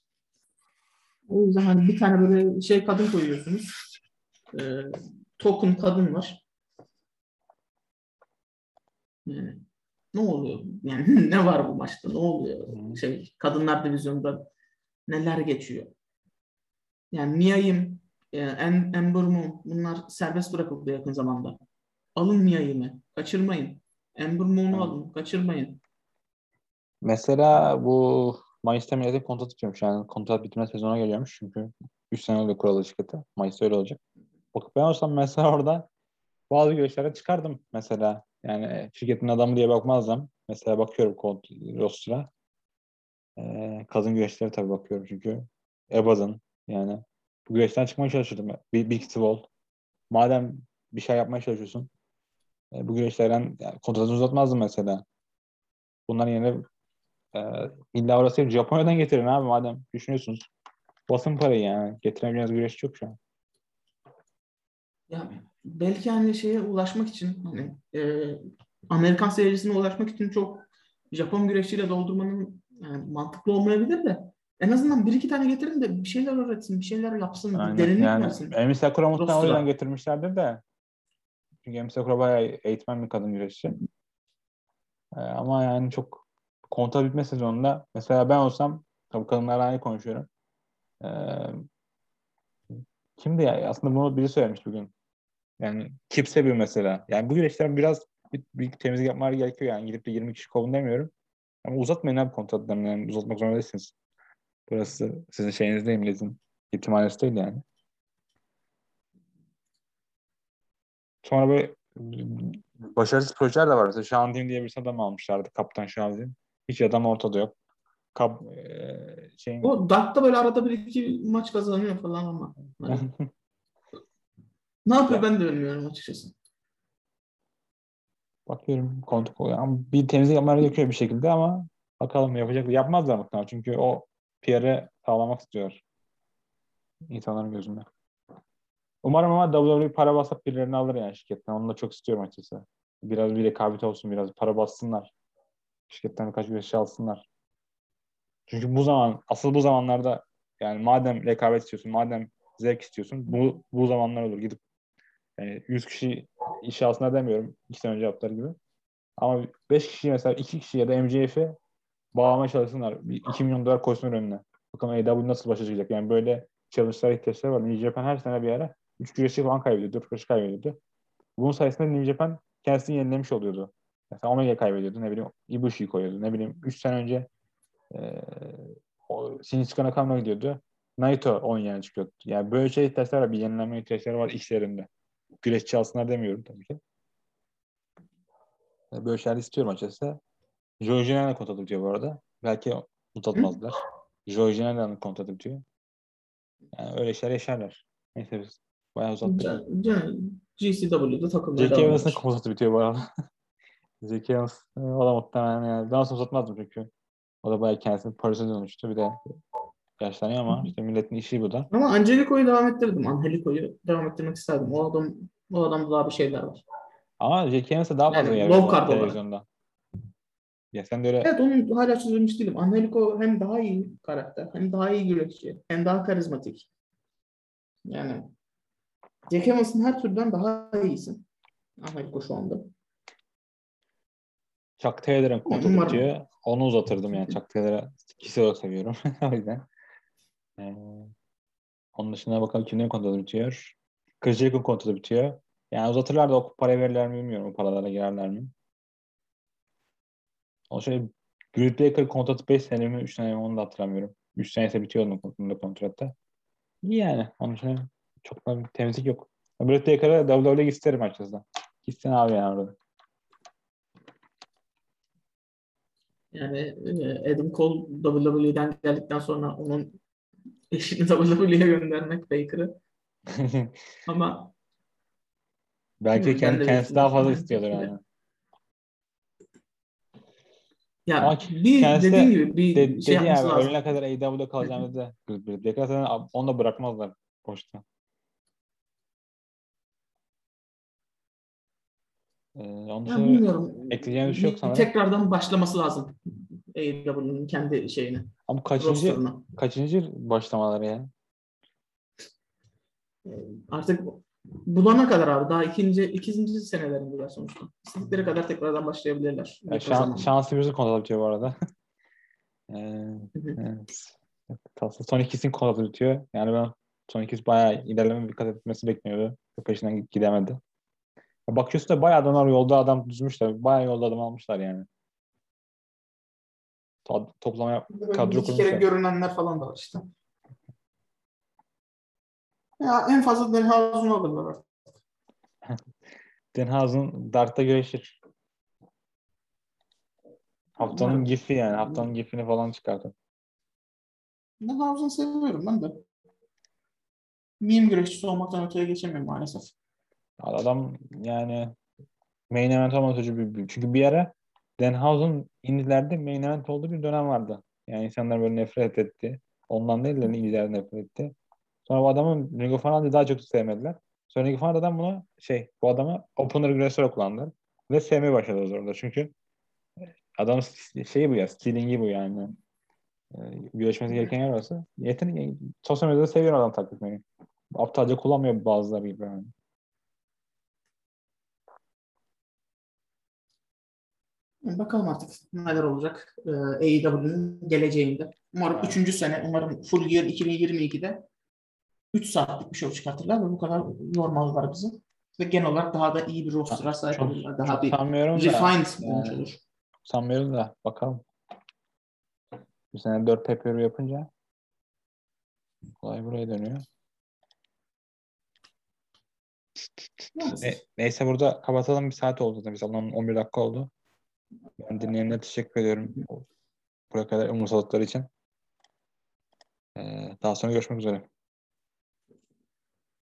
o yüzden hani bir tane böyle şey kadın koyuyorsunuz. Ee, token kadın var. Yani ne oluyor? Yani ne var bu maçta? Ne oluyor? Hı. Şey, kadınlar divizyonunda neler geçiyor? Yani Mia'yım, e, Am- Ember Moon, bunlar serbest bırakıldı yakın zamanda. Alın Mia'yımı, kaçırmayın. Ember Moon'u Evet. alın, kaçırmayın. Mesela bu Mayıs'ta milletin kontrat bitiyormuş. Yani kontrat bitme sezona geliyormuş. Çünkü üç sene oluyor kuralı şirketi. Mayıs'ta öyle olacak. Bak ben olsam mesela orada bazı görüşlere çıkardım mesela. Yani şirketin adamı diye bakmazdım. Mesela bakıyorum kont roster'a. Ee, kadın güreşlere tabii bakıyorum çünkü. Eba'dın yani. Bu güreşten çıkmaya çalışıyordum. Bir Big Swole. Madem bir şey yapmaya çalışıyorsun. E, bu güreşlerden yani kontratını uzatmazdım mesela. Bunların yerine e, illa orası değil, Japonya'dan getirin abi madem düşünüyorsunuz. Basın parayı yani. Getirebileceğiniz güreşçi yok şu an. Ya belki hani şeye ulaşmak için hani e, Amerikan seyircisine ulaşmak için çok Japon güreşçiyle doldurmanın yani mantıklı olmayabilir de en azından bir iki tane getirin de bir şeyler öğretsin, bir şeyler yapsın, bir Aynen. derinlik Yani versin Emi Sakura muhtemelen o yüzden roster'a. getirmişlerdir de. Çünkü Emi Sakura bayağı eğitmen bir kadın güreşçi. E, ama yani çok kontrat bitme sezonunda mesela ben olsam tabii kadınlarla aynı konuşuyorum. E, kimdi ya? Aslında bunu biri söylemiş bugün. Yani Kipse bir mesela. Yani bu güreşler biraz bir, bir temizlik yapmaları gerekiyor yani. Gidip de yirmi kişi kovun demiyorum. Ama uzatmayın abi kontratlarını. Yani uzatmak zorunda değilsiniz. Burası sizin şeyiniz değil, milletin ihtimaliniz değil yani. Sonra böyle başarısız projeler de var. Mesela Şahantin diye bir adam almışlardı. Kaptan Şahantin. Hiç adam ortada yok. Kap, e, şeyin O Dark'ta böyle arada bir iki maç kazanıyor falan ama hani ne yapıyor ya ben de bilmiyorum açıkçası. bakıyorum kontuk yani bir temizlik yapmaları gerekiyor bir şekilde ama bakalım yapacak. Yapmazlar muhtemelen çünkü o P R'ı sağlamak istiyor insanların gözünde. Umarım ama W W E para basıp birilerini alır yani şirketten. Onu da çok istiyorum açıkçası. Biraz bir rekabet olsun, biraz para bassınlar. Şirketten birkaç bir şey alsınlar. Çünkü bu zaman, asıl bu zamanlarda yani madem rekabet istiyorsun, madem zevk istiyorsun, bu bu zamanlar olur. Gidip yani yüz kişi işe alsınlar demiyorum. iki sene önce yaptılar gibi. Ama beş kişi mesela iki kişi ya da M C F'i bağlamaya çalışsınlar. Bir iki milyon dolar koysunlar önüne. Bakalım A E W nasıl başa çıkacak. Yani böyle challenge'lara ihtiyaçları var. New Japan her sene bir ara üç güreşi falan kaybediyordu, dört güreşi kaybediyordu. Bunun sayesinde New Japan kendisini yenilemiş oluyordu. Mesela Omega kaybediyordu. Ne bileyim Ibushi'yi koyuyordu. Ne bileyim üç sene önce e, o Shinsuke Nakamura gidiyordu. Naito on yani çıkıyordu. Yani böyle şey ihtiyaçları var. Bir yenilenme ihtiyaçları var işlerinde. Güreşçi alsınlar demiyorum tabii ki. E, Böyle şeyler istiyorum açıkçası. Joe Janela kontratı bitiyor bu arada. Belki Hı? uzatmazlar. Joe Janela'nın kontratı bitiyor. Yani öyle şeyler yaşarlar. Neyse biz bayağı uzattık. Can, can, G C W'de takılmaya Jackie devam Evans'ın eder. kontratı bitiyor bu arada. Jackie Evans e, o da muhtemelen yani. Ben olsam uzatmazdım çünkü. O da bayağı kendisini parasına dönmüştü. Bir de yaşlanıyor ama işte milletin işi bu da. Ama Angelico'yu devam ettirdim. Angelico'yu devam ettirmek isterdim. O adam, o adamda daha bir şeyler var. Ama Jackie Evans'a daha fazla Yani yer low verirler card olarak. televizyonda. Ya sen de öyle Evet, onun hala çözülmüş değilim. Angelico hem daha iyi karakter, hem daha iyi güreşçi, hem daha karizmatik. Yani Jack Evans'ın her türden daha iyisin. Angelico şu anda. Chuck Taylor'ın Yani kontratı umarım. bitiyor. Onu uzatırdım yani. Chuck Taylor'ı kişisel olarak seviyorum. O yüzden. Ee, onun dışında bakalım kimlerin kontratı bitiyor. Chris Jericho'nun kontratı bitiyor. Yani uzatırlar da o parayı verirler mi bilmiyorum. O paralara girerler mi? O şey Britt Baker kontratı beş sene mi üç sene mi onu da hatırlamıyorum. üç sene ise bitiyor onun onun kontratta. İyi yani. Onun için çok da bir temizlik yok. Britt Baker'a W W E'ye isterim açıkçası. Gitsin abi yani orada. Yani e, Adam Cole W W E'den geldikten sonra onun eşini W W E'ye göndermek Baker'ı. Ama Belki bilmiyorum, ben kendi, de büyük kendisi daha ihtimal fazla aynı istiyordur tepkide. yani. Ama Ya ki- bir kendisi dediğin de gibi bir de- şey dedi ya yapması ölene lazım. kadar A E W'de Hı hı. kalacağım dedi. Black Zaten onu da bırakmazlar boşta. Ee, onun Ya dışında bilmiyorum. ekleyeceğim bir şey yok Bir, bir sanırım. tekrardan başlaması lazım. A E W'nin kendi şeyini, Ama kaçıncı rosterını. kaçıncı başlamaları ya? E, Artık bulana kadar abi. Daha ikinci, ikinci senelerindeler sonuçta. İstedikleri kadar tekrardan başlayabilirler Ya yakın şan, zamanda. şanslı birisini kontrol bitiyor bu arada. Ee, Hı hı. evet. Aslında son ikisini kontrol bitiyor. Yani ben son ikisi bayağı ilerleme dikkat etmesi bekliyordu. Peşinden gidemedi. Ya bakıyorsun da bayağı adamlar yolda adam düzmüşler. Bayağı yolda adam almışlar yani. To- Toplama Böyle bir kadro iki kere kurmuşlar. görünenler falan da var işte. Ya en fazla Den Haag'unu alırlar artık. Den Haag'ın Dart'ta güreşir. Haftanın Umarım. gifi yani. Haftanın gifini falan çıkartır. Den Haag'ını seviyorum ben de. Meme güreşçisi olmaktan öteye geçemiyorum maalesef. Adam yani main event olmaz çocuğu bir, bir- çünkü bir ara Denhausen indilerde main event olduğu bir dönem vardı. Yani insanlar böyle nefret etti. Ondan değil de indiler nefret etti. Sonra bu adamın Ring of Honor'ı daha çok sevmediler. Sonra Ring of Honor'dan bunu şey bu adamı opener wrestler kullandılar. Ve sevmeye başladılar orada. Çünkü adam şeyi bu ya, stealing'i bu yani. Ee, Güreşmesi gereken yer orası. Yetenek, sosyal medyada seviyor adam taklit etmeyi. Aptalca kullanmıyor bazıları gibi yani. Bakalım artık neler olacak e, A E W'nin geleceğinde. Umarım Yani, üçüncü sene, umarım full year iki bin yirmi ikide üç saatlik bir show çıkartırlar ve bu kadar yormazlar bizi. Ve genel olarak daha da iyi bir roster'a sahip çok olurlar. Daha çok bir sanmıyorum da refined olmuş yani olur. sanmıyorum da bakalım. Bu sene dört pay yapınca olay buraya dönüyor. Ne- Maalesef. neyse burada kapatalım. Bir saat oldu da biz on on bir dakika oldu. Ben dinleyenlere teşekkür ediyorum. Buraya kadar umursadıkları için. Ee, daha sonra görüşmek üzere.